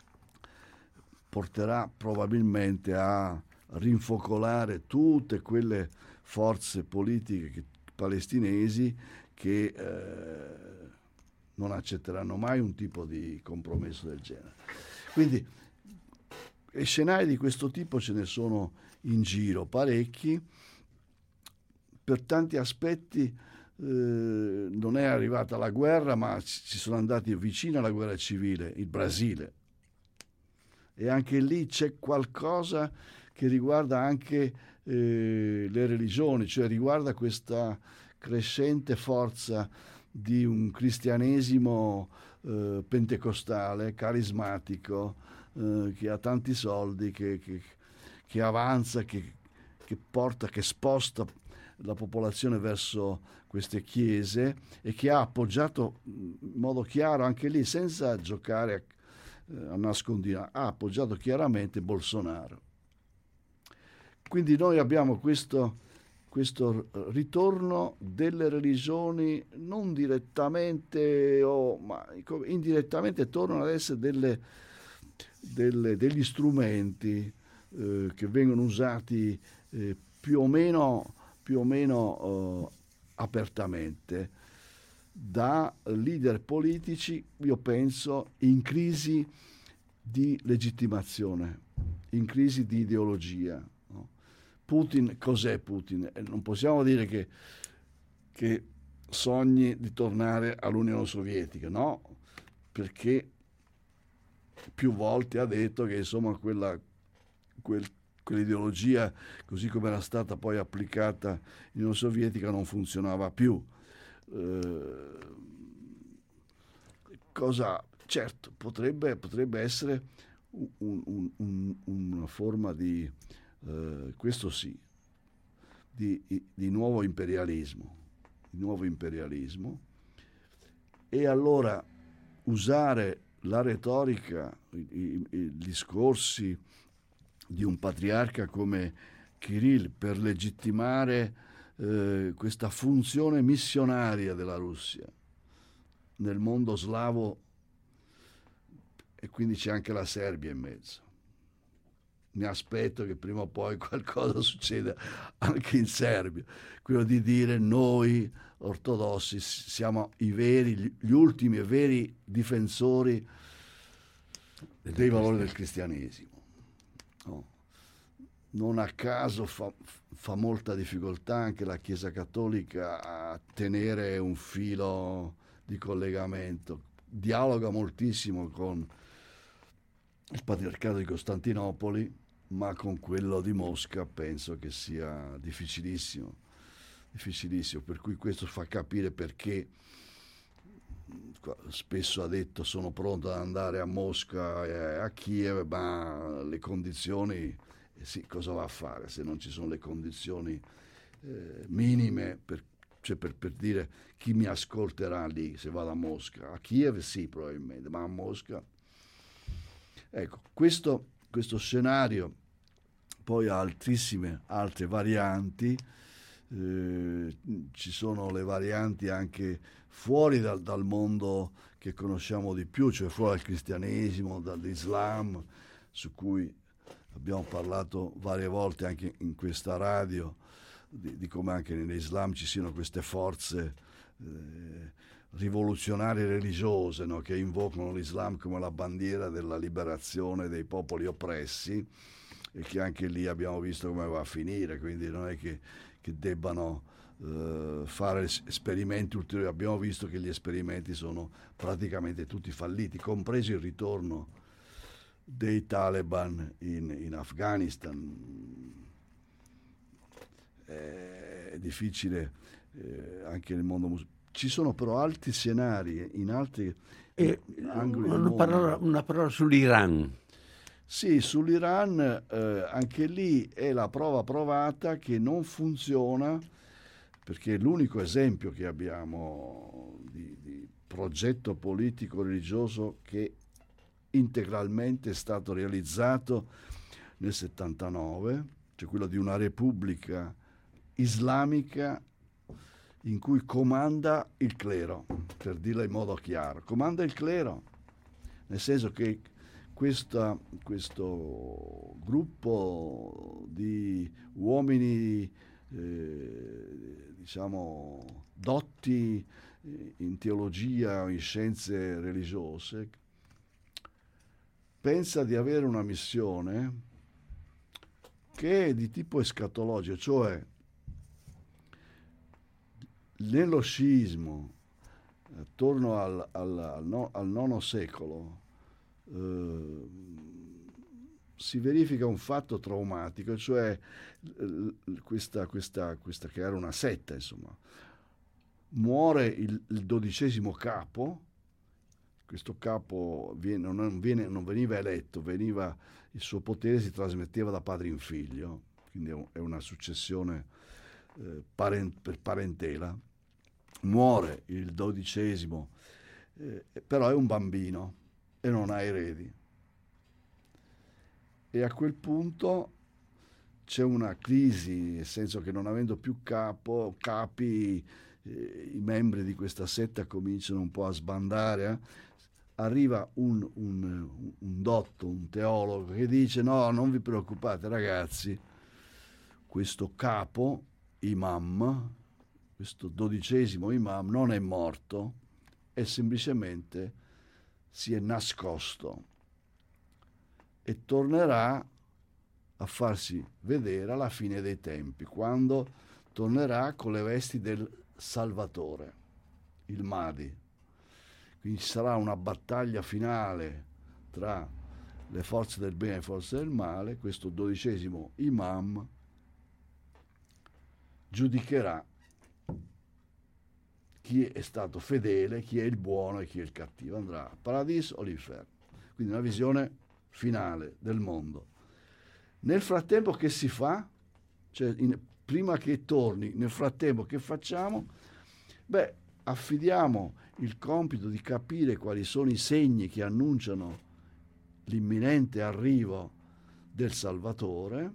porterà probabilmente a rinfocolare tutte quelle forze politiche palestinesi che non accetteranno mai un tipo di compromesso del genere. Quindi scenari di questo tipo ce ne sono in giro parecchi. Per tanti aspetti non è arrivata la guerra, ma ci sono andati vicino alla guerra civile, il Brasile. E anche lì c'è qualcosa che riguarda anche le religioni, cioè riguarda questa crescente forza di un cristianesimo pentecostale, carismatico, che ha tanti soldi, che avanza, che porta, che sposta la popolazione verso queste chiese e che ha appoggiato in modo chiaro, anche lì senza giocare a nascondino, ha appoggiato chiaramente Bolsonaro. Quindi noi abbiamo questo ritorno delle religioni non direttamente ma indirettamente tornano ad essere degli strumenti che vengono usati più o meno apertamente da leader politici, io penso, in crisi di legittimazione, in crisi di ideologia. No? Putin, cos'è Putin? Non possiamo dire che sogni di tornare all'Unione Sovietica, no? Perché più volte ha detto che insomma quell'ideologia, così come era stata poi applicata in Unione Sovietica, non funzionava più. Certo, potrebbe essere una forma di questo sì, di nuovo imperialismo, e allora usare la retorica, i discorsi di un patriarca come Kirill per legittimare questa funzione missionaria della Russia nel mondo slavo, e quindi c'è anche la Serbia in mezzo. Mi aspetto che prima o poi qualcosa succeda anche in Serbia, quello di dire noi ortodossi siamo gli ultimi e veri difensori dei valori del cristianesimo. No. Non a caso fa molta difficoltà anche la Chiesa Cattolica a tenere un filo di collegamento, dialoga moltissimo con il Patriarcato di Costantinopoli, ma con quello di Mosca penso che sia difficilissimo, per cui questo fa capire perché spesso ha detto sono pronto ad andare a Mosca e a Kiev, ma le condizioni, sì, cosa va a fare se non ci sono le condizioni minime per dire chi mi ascolterà lì se vado a Mosca. A Kiev sì, probabilmente, ma a Mosca. Ecco, questo scenario poi ha altissime altre varianti. Ci sono le varianti anche fuori dal mondo che conosciamo di più, cioè fuori dal cristianesimo, dall'Islam, su cui abbiamo parlato varie volte anche in questa radio, di come anche nell'Islam ci siano queste forze rivoluzionarie religiose, no? Che invocano l'Islam come la bandiera della liberazione dei popoli oppressi, e che anche lì abbiamo visto come va a finire, quindi non è che debbano fare esperimenti ulteriori. Abbiamo visto che gli esperimenti sono praticamente tutti falliti, compreso il ritorno dei Taliban in Afghanistan. È difficile anche nel mondo musulmano. Ci sono però altri scenari in altri angoli del mondo. Una parola sull'Iran. Sì, sull'Iran anche lì è la prova provata che non funziona, perché l'unico esempio che abbiamo di progetto politico religioso che integralmente è stato realizzato nel 79, cioè quello di una repubblica islamica in cui comanda il clero, per dirla in modo chiaro, comanda il clero, nel senso che questo gruppo di uomini diciamo dotti in teologia o in scienze religiose pensa di avere una missione che è di tipo escatologico, cioè nello sciismo attorno al IX secolo si verifica un fatto traumatico, cioè questa che era una setta, insomma, muore il 12° capo. Questo capo non veniva eletto, il suo potere si trasmetteva da padre in figlio, quindi è una successione per parentela. Muore il 12°, però è un bambino e non ha eredi. E a quel punto c'è una crisi, nel senso che non avendo più capi, i membri di questa setta cominciano un po' a sbandare. Arriva un dotto, un teologo, che dice: no, non vi preoccupate ragazzi, questo capo, imam, questo 12° imam non è morto, e semplicemente si è nascosto e tornerà a farsi vedere alla fine dei tempi, quando tornerà con le vesti del Salvatore, il Mahdi. Quindi ci sarà una battaglia finale tra le forze del bene e le forze del male. Questo 12° imam giudicherà chi è stato fedele, chi è il buono e chi è il cattivo, andrà al paradiso o all'inferno. Quindi una visione finale del mondo. Nel frattempo che si fa? Cioè, prima che torni, nel frattempo che facciamo? Beh, affidiamo il compito di capire quali sono i segni che annunciano l'imminente arrivo del Salvatore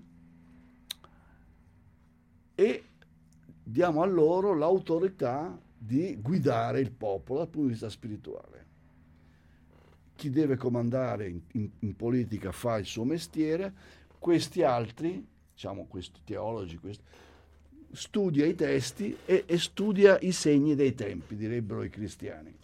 e diamo a loro l'autorità di guidare il popolo dal punto di vista spirituale. Chi deve comandare in politica fa il suo mestiere, questi altri, diciamo questi teologi, studia i testi e studia i segni dei tempi, direbbero i cristiani.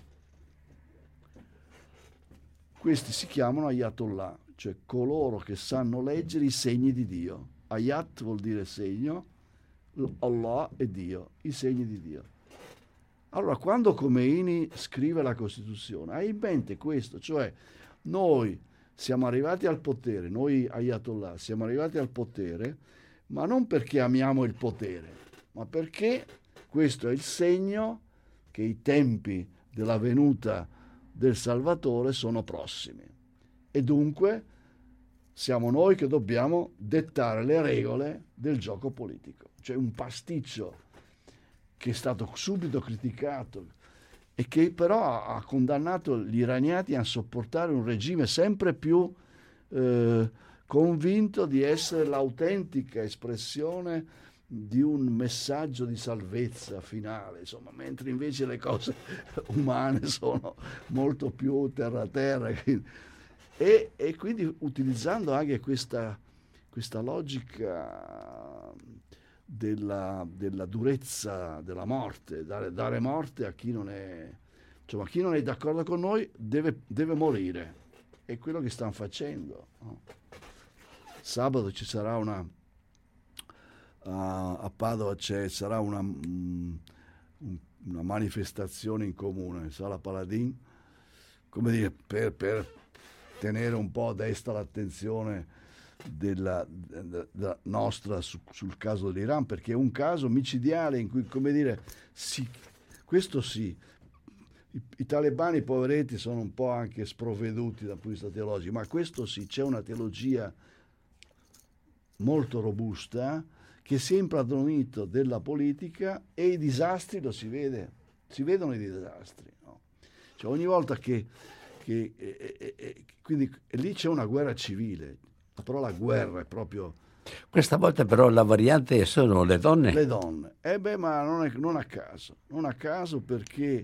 Questi si chiamano Ayatollah, cioè coloro che sanno leggere i segni di Dio. Ayat vuol dire segno, Allah è Dio, i segni di Dio. Allora, quando Khomeini scrive la Costituzione, ha in mente questo, cioè noi siamo arrivati al potere, noi Ayatollah siamo arrivati al potere, ma non perché amiamo il potere, ma perché questo è il segno che i tempi della venuta del Salvatore sono prossimi. E dunque siamo noi che dobbiamo dettare le regole del gioco politico. Cioè un pasticcio che è stato subito criticato e che però ha condannato gli iraniani a sopportare un regime sempre più convinto di essere l'autentica espressione di un messaggio di salvezza finale, insomma, mentre invece le cose umane sono molto più terra-terra. E quindi utilizzando anche questa logica della durezza della morte, dare morte a chi non è, insomma, chi non è d'accordo con noi deve morire. È quello che stanno facendo, no? Sabato ci sarà a Padova sarà una manifestazione in comune in Sala Paladin, come dire, per tenere un po' a destra l'attenzione della nostra sul caso dell'Iran, perché è un caso micidiale in cui, come dire, questo sì, i talebani poveretti sono un po' anche sprovveduti dal punto di vista teologico, ma questo sì, c'è una teologia molto robusta che si è impadronito della politica, e i disastri si vedono i disastri, no? Cioè ogni volta quindi lì c'è una guerra civile, la parola guerra è proprio... Questa volta però la variante sono le donne. Le donne, ma non a caso, perché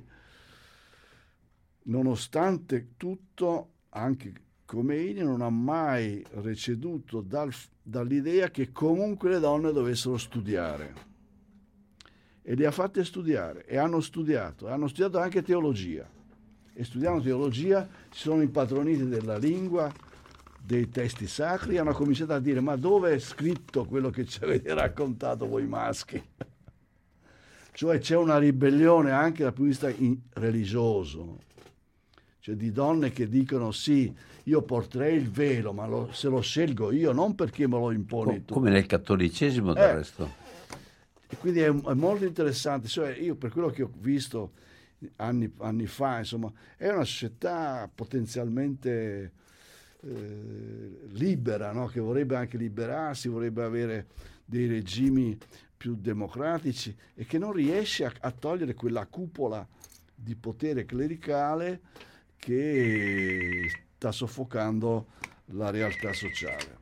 nonostante tutto anche Khomeini non ha mai receduto dall'idea che comunque le donne dovessero studiare, e le ha fatte studiare, e hanno studiato anche teologia, e studiando teologia si sono impadroniti della lingua, dei testi sacri, hanno cominciato a dire: ma dove è scritto quello che ci avete raccontato voi maschi? Cioè c'è una ribellione anche dal punto di vista religioso, cioè di donne che dicono: sì, io porterei il velo, ma se lo scelgo io, non perché me lo imponi tu. Come nel cattolicesimo del resto. E quindi è molto interessante, cioè io per quello che ho visto anni fa, insomma, è una società potenzialmente libera, no? Che vorrebbe anche liberarsi, vorrebbe avere dei regimi più democratici, e che non riesce a togliere quella cupola di potere clericale che sta soffocando la realtà sociale.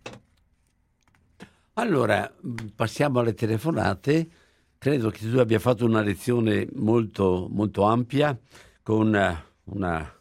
Allora, passiamo alle telefonate. Credo che tu abbia fatto una lezione molto, molto ampia, con la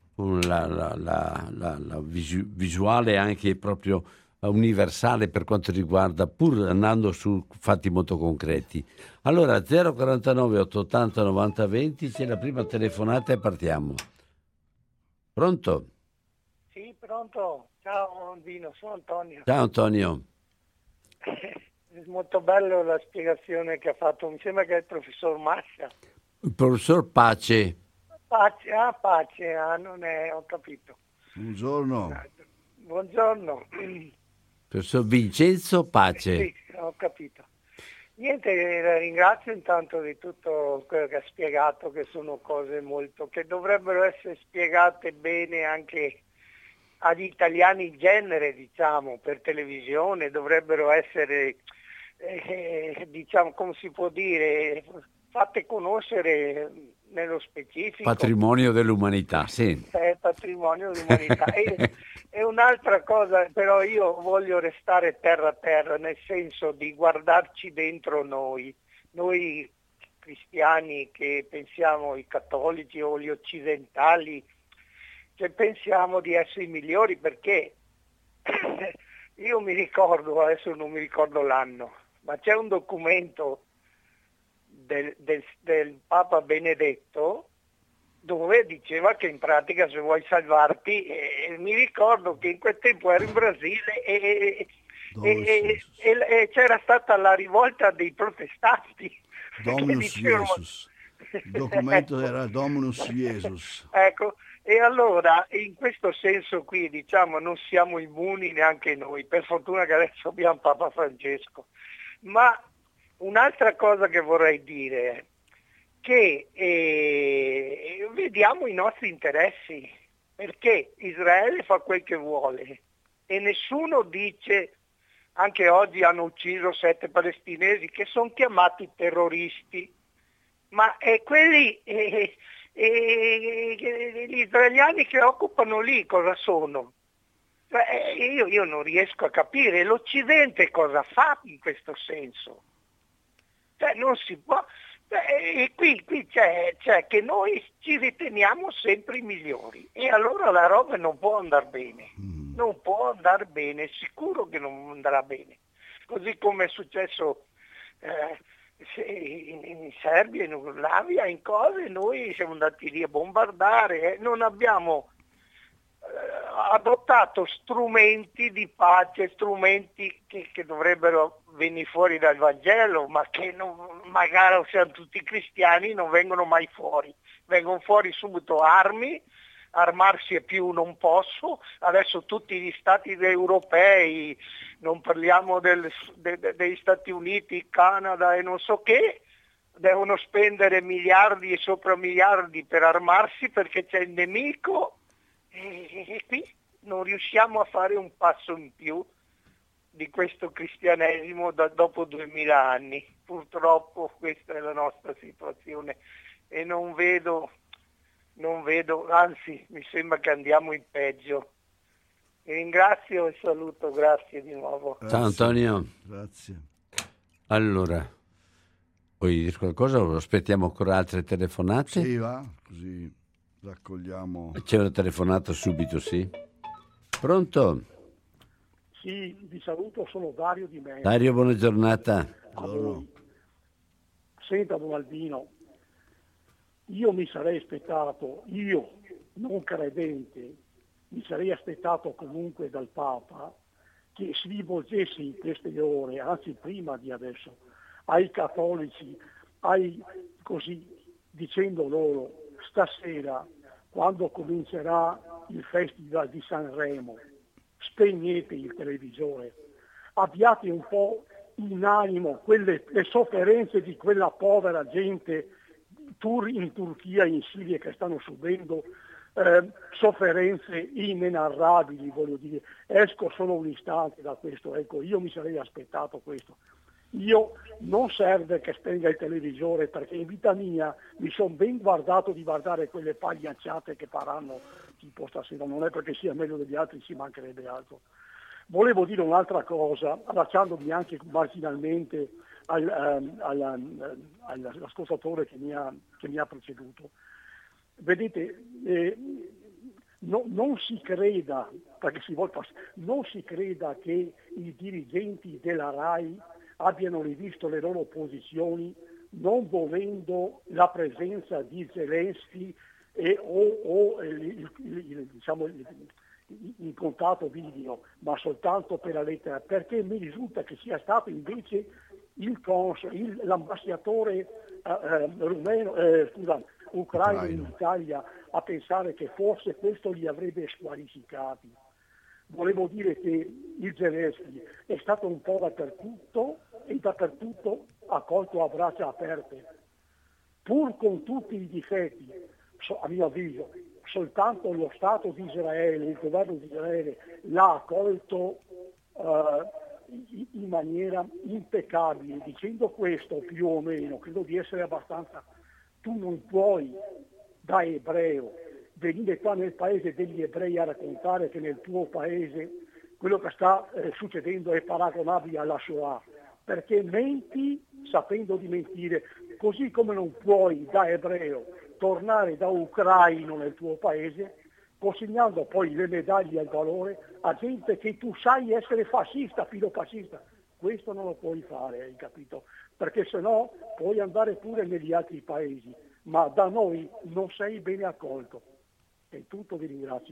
visuale anche proprio universale per quanto riguarda, pur andando su fatti molto concreti. Allora, 049 880 90 20, c'è la prima telefonata e partiamo. Pronto? Sì, pronto. Ciao Dino, sono Antonio. Ciao Antonio. È molto bello la spiegazione che ha fatto, mi sembra che è il professor Mascia. Il professor Pace. Pace, non è, ho capito. Buongiorno. Buongiorno. Professor Vincenzo Pace. Sì, ho capito. Niente, la ringrazio intanto di tutto quello che ha spiegato, che sono cose che dovrebbero essere spiegate bene anche agli italiani in genere, diciamo, per televisione, dovrebbero essere, diciamo, come si può dire, fatte conoscere nello specifico. Patrimonio dell'umanità, sì. Patrimonio dell'umanità. E un'altra cosa, però io voglio restare terra a terra, nel senso di guardarci dentro noi cristiani che pensiamo, i cattolici o gli occidentali, che pensiamo di essere i migliori, perché io mi ricordo, adesso non mi ricordo l'anno, ma c'è un documento del Papa Benedetto dove diceva che in pratica se vuoi salvarti, mi ricordo che in quel tempo ero in Brasile e c'era stata la rivolta dei protestanti. Dominus Jesus. Il documento era Dominus Jesus. Ecco, e allora in questo senso qui, diciamo, non siamo immuni neanche noi, per fortuna che adesso abbiamo Papa Francesco. Ma un'altra cosa che vorrei dire è che vediamo i nostri interessi, perché Israele fa quel che vuole e nessuno dice, anche oggi hanno ucciso 7 palestinesi che sono chiamati terroristi, ma quelli, gli israeliani che occupano lì cosa sono? Io non riesco a capire l'Occidente cosa fa in questo senso. Cioè non si può, qui c'è che noi ci riteniamo sempre i migliori, e allora la roba non può andare bene, non può andare bene, sicuro che non andrà bene, così come è successo in Serbia, in Jugoslavia, in cose, noi siamo andati lì a bombardare, non abbiamo adottato strumenti di pace, strumenti che dovrebbero venire fuori dal Vangelo, ma che magari siamo tutti cristiani, non vengono mai fuori. Vengono fuori subito armarsi e più non posso. Adesso tutti gli stati europei, non parliamo degli Stati Uniti, Canada e non so che, devono spendere miliardi e sopra miliardi per armarsi perché c'è il nemico, e qui non riusciamo a fare un passo in più di questo cristianesimo dopo 2000 anni. Purtroppo questa è la nostra situazione e non vedo, anzi mi sembra che andiamo in peggio. Vi ringrazio e saluto, grazie di nuovo. Ciao Antonio. Grazie. Allora, vuoi dire qualcosa o aspettiamo ancora altre telefonate? Sì, va, così raccogliamo. C'è una telefonata subito, sì. Pronto? Sì, vi saluto, sono Dario di Mena. Dario, buona giornata. A voi. Senta, Don Albino, io mi sarei aspettato, io non credente, mi sarei aspettato comunque dal Papa che si rivolgesse in queste ore, anzi prima di adesso, ai cattolici, così, dicendo loro, stasera, quando comincerà il Festival di Sanremo, spegnete il televisore, abbiate un po' in animo le sofferenze di quella povera gente in Turchia e in Siria che stanno subendo sofferenze inenarrabili, voglio dire. Esco solo un istante da questo, ecco, io mi sarei aspettato questo. Io non serve che spenga il televisore, perché in vita mia mi sono ben guardato di guardare quelle pagliacciate che faranno tipo stasera, non è perché sia meglio degli altri, ci mancherebbe altro. Volevo dire un'altra cosa, allacciandomi anche marginalmente all'ascoltatore che mi ha preceduto. Vedete, non si creda, perché non si creda che i dirigenti della RAI abbiano rivisto le loro posizioni non volendo la presenza di Zelensky in contatto video, ma soltanto per la lettera, perché mi risulta che sia stato invece l'ambasciatore ucraino in Italia a pensare che forse questo li avrebbe squalificati. Volevo dire che il Zelensky è stato un po' dappertutto e dappertutto accolto a braccia aperte, pur con tutti i difetti, a mio avviso. Soltanto lo Stato di Israele, il governo di Israele l'ha accolto in maniera impeccabile. Dicendo questo, più o meno, credo di essere abbastanza. Tu non puoi, da ebreo, venire qua nel paese degli ebrei a raccontare che nel tuo paese quello che sta succedendo è paragonabile alla Shoah, perché menti sapendo di mentire, così come non puoi, da ebreo, tornare da ucraino nel tuo paese consegnando poi le medaglie al valore a gente che tu sai essere fascista, filofascista. Questo non lo puoi fare, hai capito? Perché sennò puoi andare pure negli altri paesi, ma da noi non sei bene accolto. È tutto, vi ringrazio.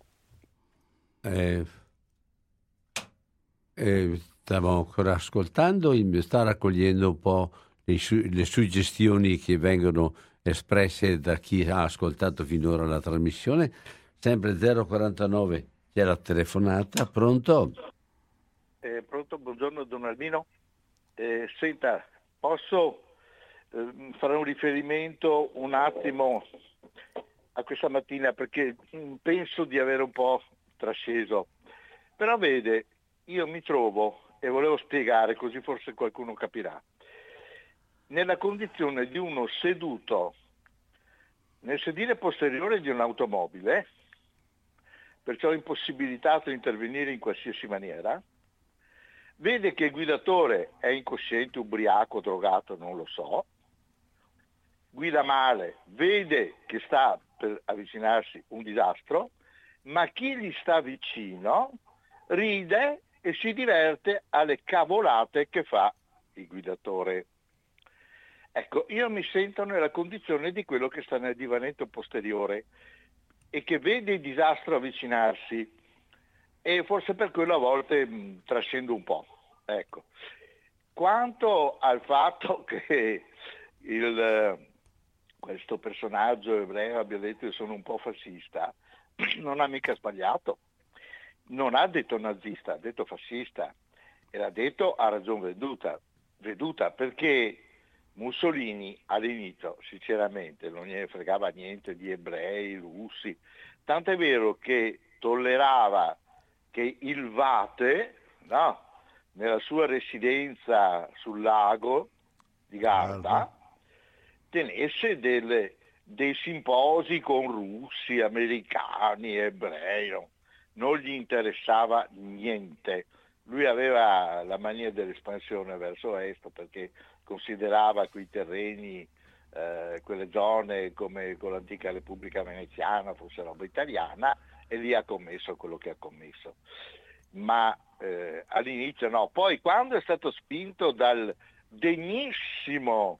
Stavo ancora ascoltando, sta raccogliendo un po' le suggestioni che vengono espresse da chi ha ascoltato finora la trasmissione. Sempre 049 c'è la telefonata. Pronto? Pronto, buongiorno Don Albino. Senta, posso fare un riferimento un attimo a questa mattina, perché penso di avere un po' trasceso. Però vede, io mi trovo, e volevo spiegare così forse qualcuno capirà, nella condizione di uno seduto nel sedile posteriore di un'automobile, perciò impossibilitato a intervenire in qualsiasi maniera, vede che il guidatore è incosciente, ubriaco, drogato, non lo so, guida male, vede che sta per avvicinarsi un disastro, ma chi gli sta vicino ride e si diverte alle cavolate che fa il guidatore. Ecco, io mi sento nella condizione di quello che sta nel divanetto posteriore. e che vede il disastro avvicinarsi, e forse per quello a volte trascendo un po'. Ecco. Quanto al fatto che questo personaggio ebreo abbia detto che sono un po' fascista, non ha mica sbagliato. Non ha detto nazista, ha detto fascista, e l'ha detto a ragion veduta, perché Mussolini all'inizio sinceramente non gliene fregava niente di ebrei, russi, tant'è vero che tollerava che il Vate, no, nella sua residenza sul lago di Garda, tenesse dei simposi con russi, americani, ebrei, no? Non gli interessava niente. Lui aveva la mania dell'espansione verso est perché considerava quei terreni, quelle zone come con l'antica Repubblica Veneziana fosse roba italiana, e lì ha commesso quello che ha commesso. Ma all'inizio no. Poi quando è stato spinto dal degnissimo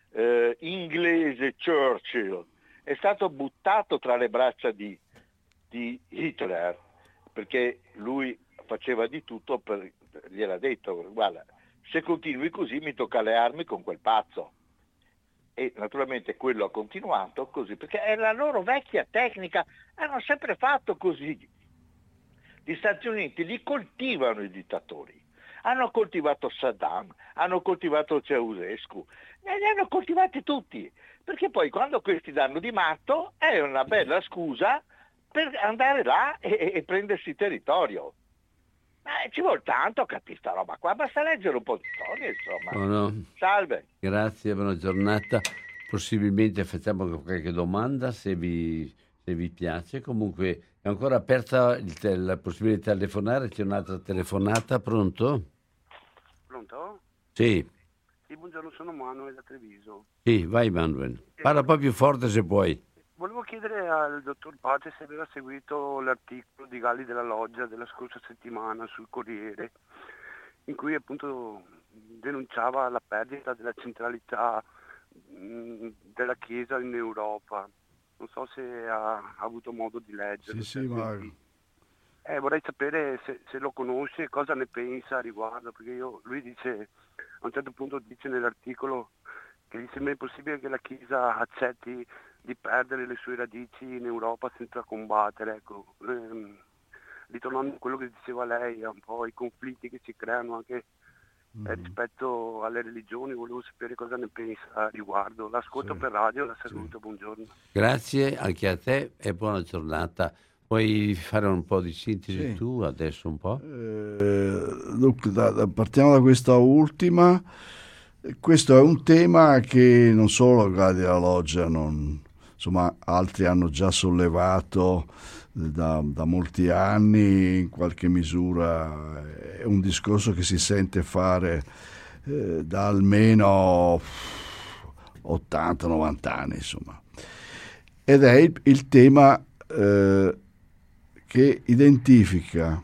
inglese Churchill, è stato buttato tra le braccia di Hitler, perché lui faceva di tutto gliel'ha detto: guarda, se continui così mi tocca le armi con quel pazzo. E naturalmente quello ha continuato così, perché è la loro vecchia tecnica, hanno sempre fatto così. Gli Stati Uniti li coltivano i dittatori, hanno coltivato Saddam, hanno coltivato Ceausescu, li hanno coltivati tutti, perché poi quando questi danno di matto è una bella scusa per andare là e prendersi territorio. Ma ci vuole tanto a capire sta roba qua, basta leggere un po' di storia, insomma. Oh no. Salve. Grazie, buona giornata. Possibilmente facciamo qualche domanda se vi piace. Comunque è ancora aperta la possibilità di telefonare. C'è un'altra telefonata. Pronto? Pronto? Sì. Sì, buongiorno, sono Manuel da Treviso. Sì, vai Manuel. Parla un po' più forte se puoi. Volevo chiedere al dottor Pace se aveva seguito l'articolo di Galli della Loggia della scorsa settimana sul Corriere, in cui appunto denunciava la perdita della centralità della Chiesa in Europa. Non so se ha avuto modo di leggerlo. Sì, ma... Vorrei sapere se lo conosce e cosa ne pensa a riguardo, perché lui dice, a un certo punto dice nell'articolo che gli sembra impossibile che la Chiesa accetti di perdere le sue radici in Europa senza combattere. Ecco. Ritornando a quello che diceva lei, un po' i conflitti che si creano anche rispetto alle religioni, volevo sapere cosa ne pensa a riguardo. L'ascolto per radio, la saluto, buongiorno. Grazie anche a te e buona giornata. Puoi fare un po' di sintesi tu adesso un po'? Partiamo da questa ultima. Questo è un tema che non solo Galli della Loggia, insomma altri hanno già sollevato da molti anni, in qualche misura è un discorso che si sente fare da almeno 80-90 anni, insomma. Ed è il tema che identifica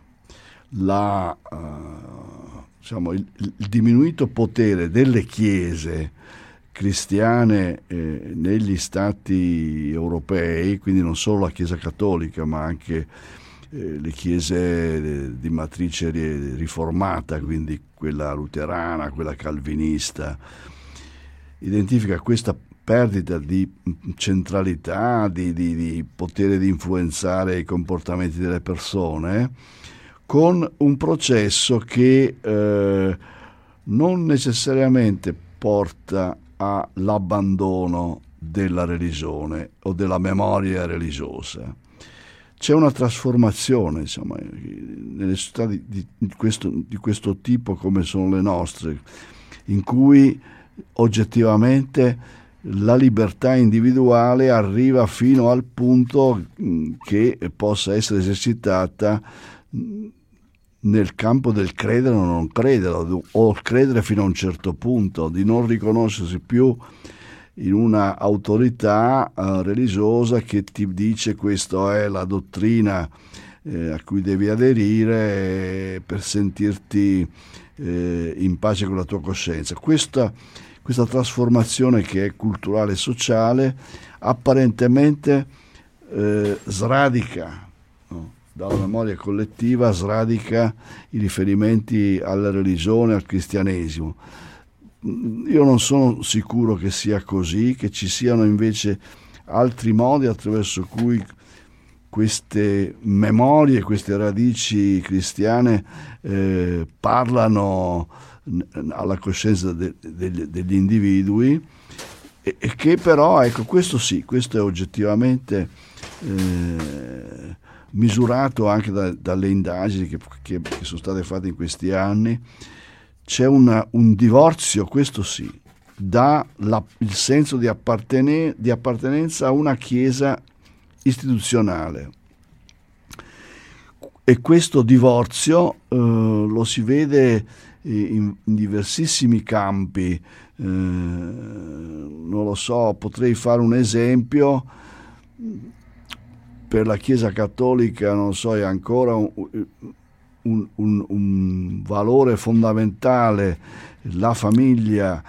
il diminuito potere delle chiese cristiane negli stati europei, quindi non solo la Chiesa cattolica ma anche le chiese di matrice riformata, quindi quella luterana, quella calvinista. Identifica questa perdita di centralità, di potere di influenzare i comportamenti delle persone, con un processo che non necessariamente porta all'abbandono della religione o della memoria religiosa. C'è una trasformazione, insomma, nelle società di questo tipo come sono le nostre, in cui oggettivamente la libertà individuale arriva fino al punto che possa essere esercitata nel campo del credere o non credere, o credere fino a un certo punto, di non riconoscersi più in una autorità religiosa che ti dice questa è la dottrina a cui devi aderire per sentirti in pace con la tua coscienza. Questa trasformazione che è culturale e sociale apparentemente sradica, no? Dalla memoria collettiva sradica i riferimenti alla religione, al cristianesimo. Io non sono sicuro che sia così, che ci siano invece altri modi attraverso cui queste memorie, queste radici cristiane parlano alla coscienza degli individui, e che però, ecco, questo sì, questo è oggettivamente misurato anche dalle indagini che sono state fatte in questi anni. C'è un divorzio, questo sì, il senso di appartenenza a una chiesa istituzionale, e questo divorzio lo si vede in diversissimi campi. Non lo so, potrei fare un esempio. Per la Chiesa Cattolica, non so, è ancora un valore fondamentale la famiglia,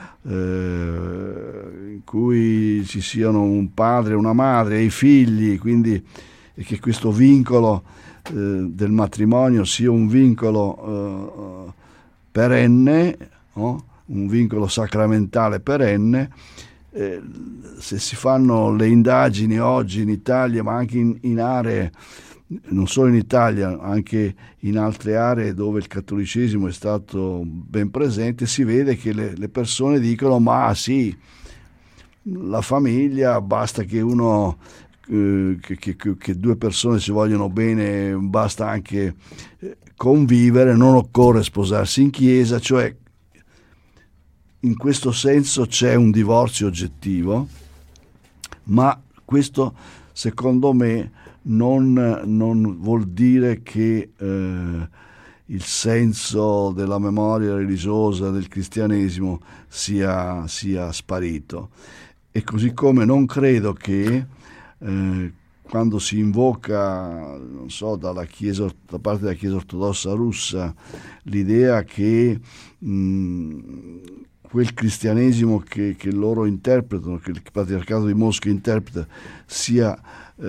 in cui ci siano un padre, una madre e i figli, quindi, e che questo vincolo del matrimonio sia un vincolo perenne, no? Un vincolo sacramentale perenne. Se si fanno le indagini oggi in Italia, ma anche in aree, non solo in Italia, anche in altre aree dove il cattolicesimo è stato ben presente, si vede che le persone dicono: ma sì, la famiglia, basta che uno che due persone si vogliono bene, basta anche convivere, non occorre sposarsi in chiesa. Cioè, in questo senso c'è un divorzio oggettivo, ma questo secondo me non vuol dire che il senso della memoria religiosa del cristianesimo sia sparito. E così come non credo che quando si invoca, non so, da parte della Chiesa ortodossa russa, l'idea che quel cristianesimo che loro interpretano, che il patriarcato di Mosca interpreta, sia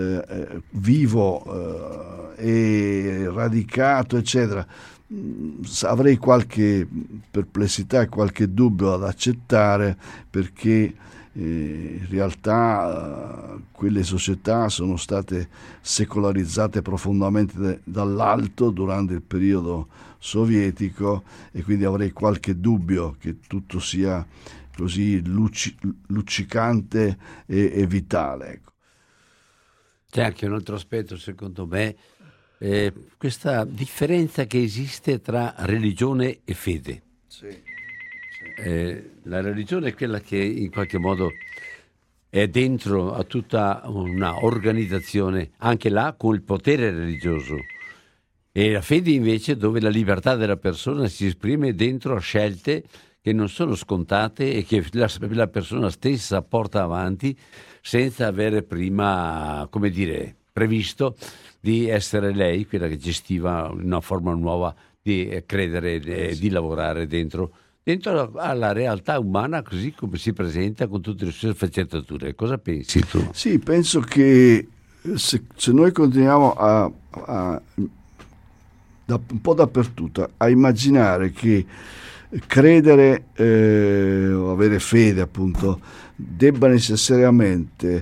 vivo e radicato, eccetera, avrei qualche perplessità e qualche dubbio ad accettare, perché in realtà quelle società sono state secolarizzate profondamente dall'alto durante il periodo sovietico, e quindi avrei qualche dubbio che tutto sia così luccicante e vitale, ecco. C'è anche un altro aspetto, secondo me, questa differenza che esiste tra religione e fede. Sì. La religione è quella che in qualche modo è dentro a tutta una organizzazione, anche là con il potere religioso, e la fede invece dove la libertà della persona si esprime dentro a scelte che non sono scontate e che la persona stessa porta avanti senza avere prima, come dire, previsto di essere lei quella che gestiva una forma nuova di credere, di lavorare dentro alla realtà umana così come si presenta, con tutte le sue sfaccettature. Cosa pensi tu? Sì, penso che se noi continuiamo un po' dappertutto a immaginare che credere o avere fede, appunto, debba necessariamente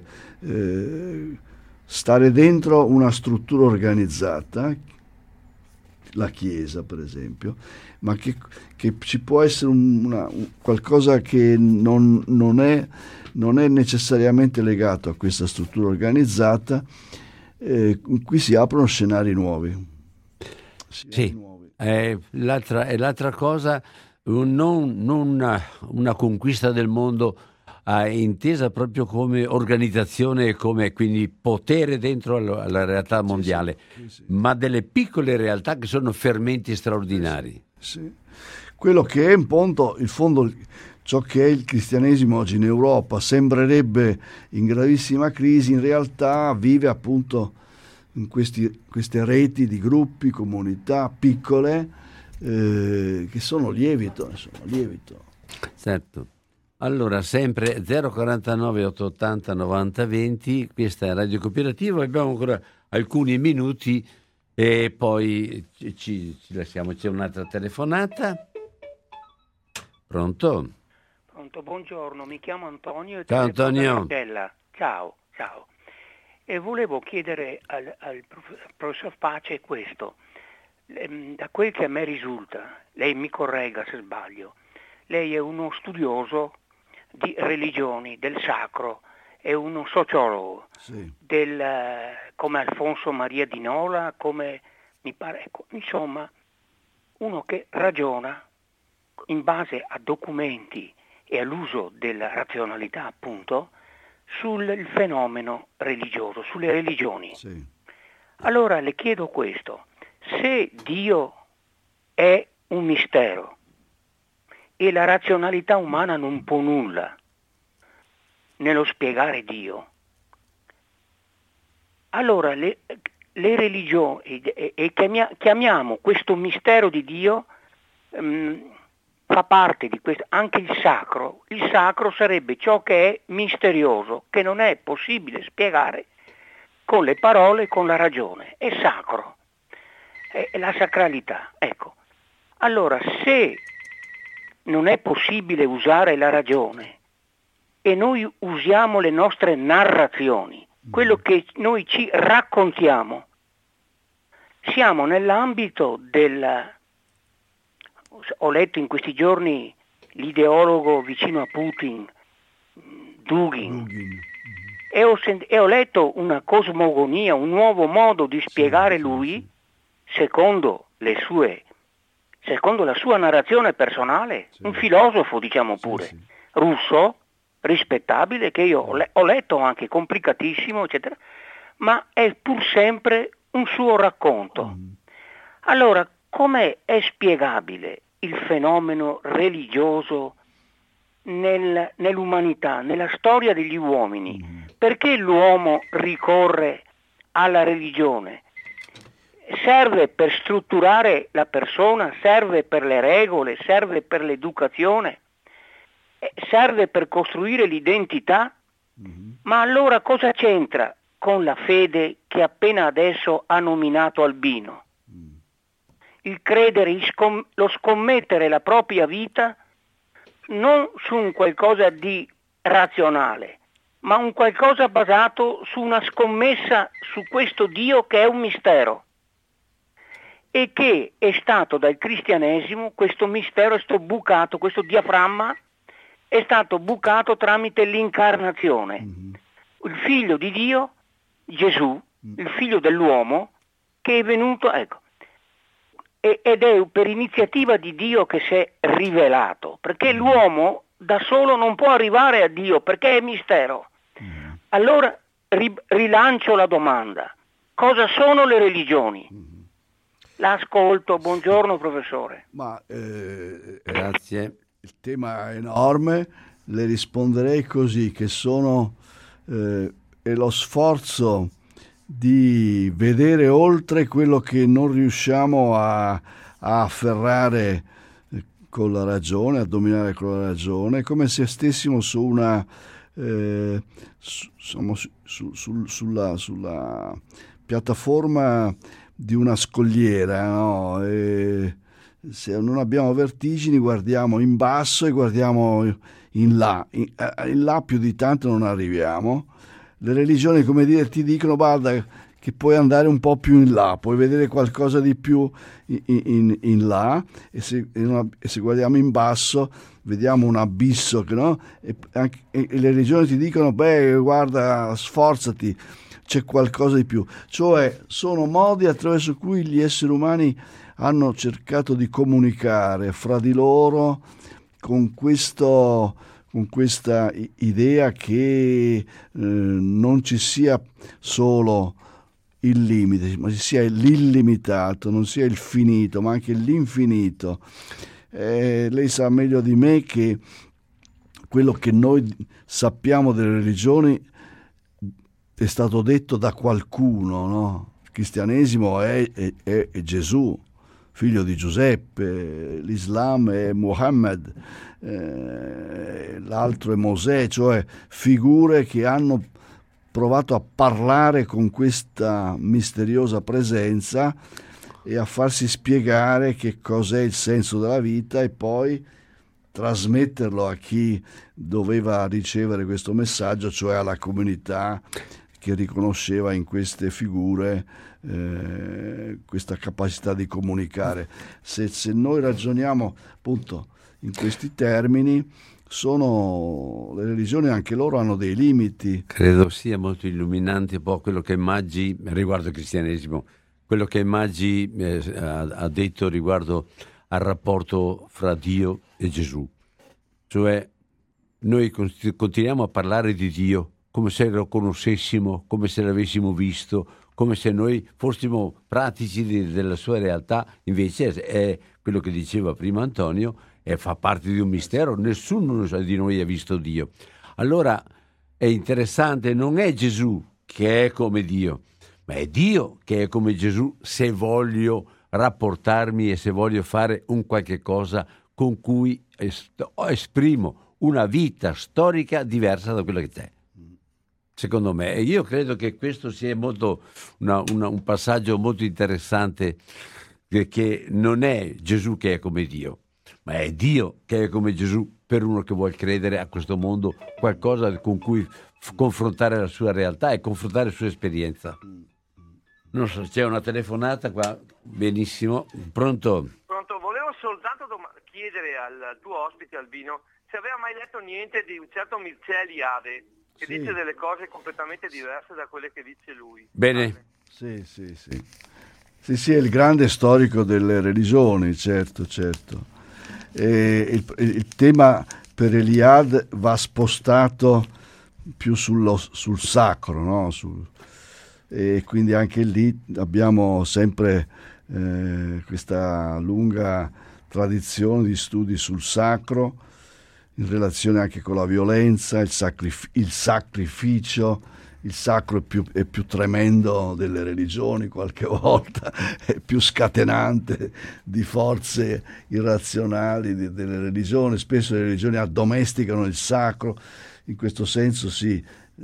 stare dentro una struttura organizzata, la Chiesa per esempio, ma che ci può essere qualcosa che non è necessariamente legato a questa struttura organizzata, in cui si aprono scenari nuovi. Sì, l'altra cosa, non una conquista del mondo intesa proprio come organizzazione e come quindi potere dentro alla realtà mondiale, sì. Ma delle piccole realtà che sono fermenti straordinari. Sì. Quello che è in fondo ciò che è il cristianesimo oggi in Europa sembrerebbe in gravissima crisi, in realtà vive appunto in queste reti di gruppi, comunità piccole che sono lievito. Certo. Allora, sempre 049 880 90 20, questa è Radio Cooperativa, abbiamo ancora alcuni minuti e poi ci lasciamo. C'è un'altra telefonata. Pronto? Pronto, buongiorno, mi chiamo Antonio e ciao Antonio. Ciao. E volevo chiedere al professor Pace questo. Da quel che a me risulta, lei mi corregga se sbaglio, lei è uno studioso di religioni, del sacro, è uno sociologo, sì, come Alfonso Maria di Nola, come mi pare, insomma, uno che ragiona in base a documenti e all'uso della razionalità, appunto, sul fenomeno religioso, sulle religioni. sì. Allora le chiedo questo: se Dio è un mistero e la razionalità umana non può nulla nello spiegare Dio, allora le religioni, e chiamiamo questo mistero di Dio, fa parte di questo, anche il sacro. Il sacro sarebbe ciò che è misterioso, che non è possibile spiegare con le parole, con la ragione. È sacro, è la sacralità. Ecco, allora se non è possibile usare la ragione e noi usiamo le nostre narrazioni, quello che noi ci raccontiamo, siamo nell'ambito ho letto in questi giorni l'ideologo vicino a Putin, Dugin, e ho letto una cosmogonia, un nuovo modo di spiegare lui, secondo la sua narrazione personale, un filosofo, diciamo pure, russo, rispettabile, che io ho letto anche, complicatissimo, eccetera, ma è pur sempre un suo racconto. Allora, come è spiegabile il fenomeno religioso nell'umanità, nella storia degli uomini? Perché l'uomo ricorre alla religione? Serve per strutturare la persona, serve per le regole, serve per l'educazione, serve per costruire l'identità, ma allora cosa c'entra con la fede che appena adesso ha nominato Albino? Il credere, lo scommettere la propria vita non su un qualcosa di razionale, ma un qualcosa basato su una scommessa su questo Dio che è un mistero e che è stato dal cristianesimo, questo mistero è stato bucato, questo diaframma è stato bucato tramite l'incarnazione. Il figlio di Dio, Gesù, il figlio dell'uomo, che è venuto, ecco, ed è per iniziativa di Dio che si è rivelato, perché l'uomo da solo non può arrivare a Dio, perché è mistero. Allora rilancio la domanda: cosa sono le religioni? L'ascolto, buongiorno professore. Grazie. Il tema è enorme, le risponderei così, che è lo sforzo di vedere oltre quello che non riusciamo a afferrare con la ragione, a dominare con la ragione, come se stessimo su una sulla piattaforma di una scogliera, no? E se non abbiamo vertigini guardiamo in basso e guardiamo in là più di tanto non arriviamo. Le religioni, come dire, ti dicono: guarda che puoi andare un po' più in là, puoi vedere qualcosa di più in là, e se guardiamo in basso vediamo un abisso, no? E le religioni ti dicono: beh, guarda, sforzati, c'è qualcosa di più. Cioè sono modi attraverso cui gli esseri umani hanno cercato di comunicare fra di loro con questa idea che non ci sia solo il limite, ma ci sia l'illimitato, non sia il finito, ma anche l'infinito. Lei sa meglio di me che quello che noi sappiamo delle religioni è stato detto da qualcuno, no? Il cristianesimo è Gesù, figlio di Giuseppe, l'Islam è Muhammad, l'altro è Mosè, cioè figure che hanno provato a parlare con questa misteriosa presenza e a farsi spiegare che cos'è il senso della vita e poi trasmetterlo a chi doveva ricevere questo messaggio, cioè alla comunità che riconosceva in queste figure questa capacità di comunicare. Se noi ragioniamo appunto in questi termini, le religioni anche loro hanno dei limiti. Credo sia molto illuminante un po' quello che Maggi, riguardo al cristianesimo, quello che Maggi ha detto riguardo al rapporto fra Dio e Gesù. Cioè noi continuiamo a parlare di Dio come se lo conoscessimo, come se l'avessimo visto, come se noi fossimo pratici della sua realtà. Invece è quello che diceva prima Antonio, fa parte di un mistero, nessuno di noi ha visto Dio. Allora è interessante, non è Gesù che è come Dio, ma è Dio che è come Gesù se voglio rapportarmi e se voglio fare un qualche cosa con cui esprimo una vita storica diversa da quella che c'è. Secondo me, e io credo che questo sia molto un passaggio molto interessante, che non è Gesù che è come Dio, ma è Dio che è come Gesù per uno che vuol credere a questo mondo qualcosa con cui confrontare la sua realtà e confrontare la sua esperienza. Non so, c'è una telefonata qua, benissimo. Pronto? Pronto, volevo soltanto chiedere al tuo ospite Albino se aveva mai letto niente di un certo Mircea Eliade, che dice delle cose completamente diverse da quelle che dice lui. Bene. Sì, è il grande storico delle religioni, certo. E il tema per Eliade va spostato più sul sacro, no? E quindi anche lì abbiamo sempre questa lunga tradizione di studi sul sacro, in relazione anche con la violenza, il sacrificio. Il sacro è più tremendo delle religioni, qualche volta è più scatenante di forze irrazionali delle religioni. Spesso le religioni addomesticano il sacro. In questo senso sì,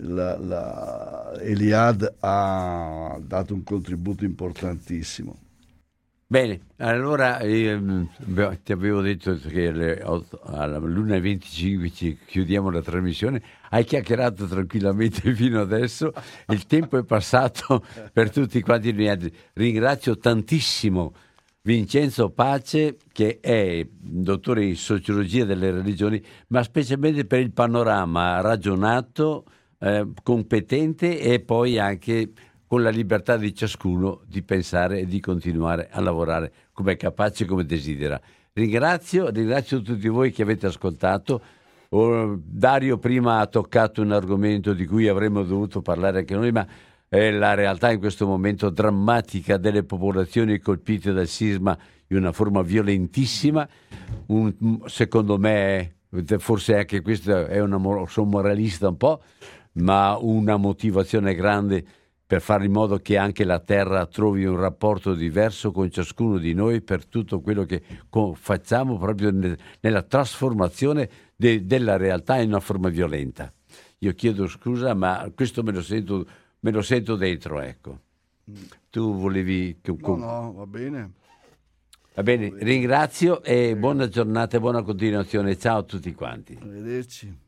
Eliade ha dato un contributo importantissimo. Bene, allora ti avevo detto che alla 1:25 chiudiamo la trasmissione. Hai chiacchierato tranquillamente fino adesso, il tempo è passato per tutti quanti noi. Ringrazio tantissimo Vincenzo Pace, che è dottore in sociologia delle religioni, ma specialmente per il panorama ragionato, competente e poi anche con la libertà di ciascuno di pensare e di continuare a lavorare come è capace, come desidera. Ringrazio tutti voi che avete ascoltato. Dario prima ha toccato un argomento di cui avremmo dovuto parlare anche noi, ma è la realtà in questo momento drammatica delle popolazioni colpite dal sisma in una forma violentissima. Secondo me, forse anche questo sono moralista un po', ma una motivazione grande per fare in modo che anche la terra trovi un rapporto diverso con ciascuno di noi per tutto quello che facciamo proprio nella trasformazione della realtà in una forma violenta. Io chiedo scusa, ma questo me lo sento dentro, ecco. Tu volevi... No, va bene. Va bene, ringrazio e buona giornata e buona continuazione. Ciao a tutti quanti. Arrivederci.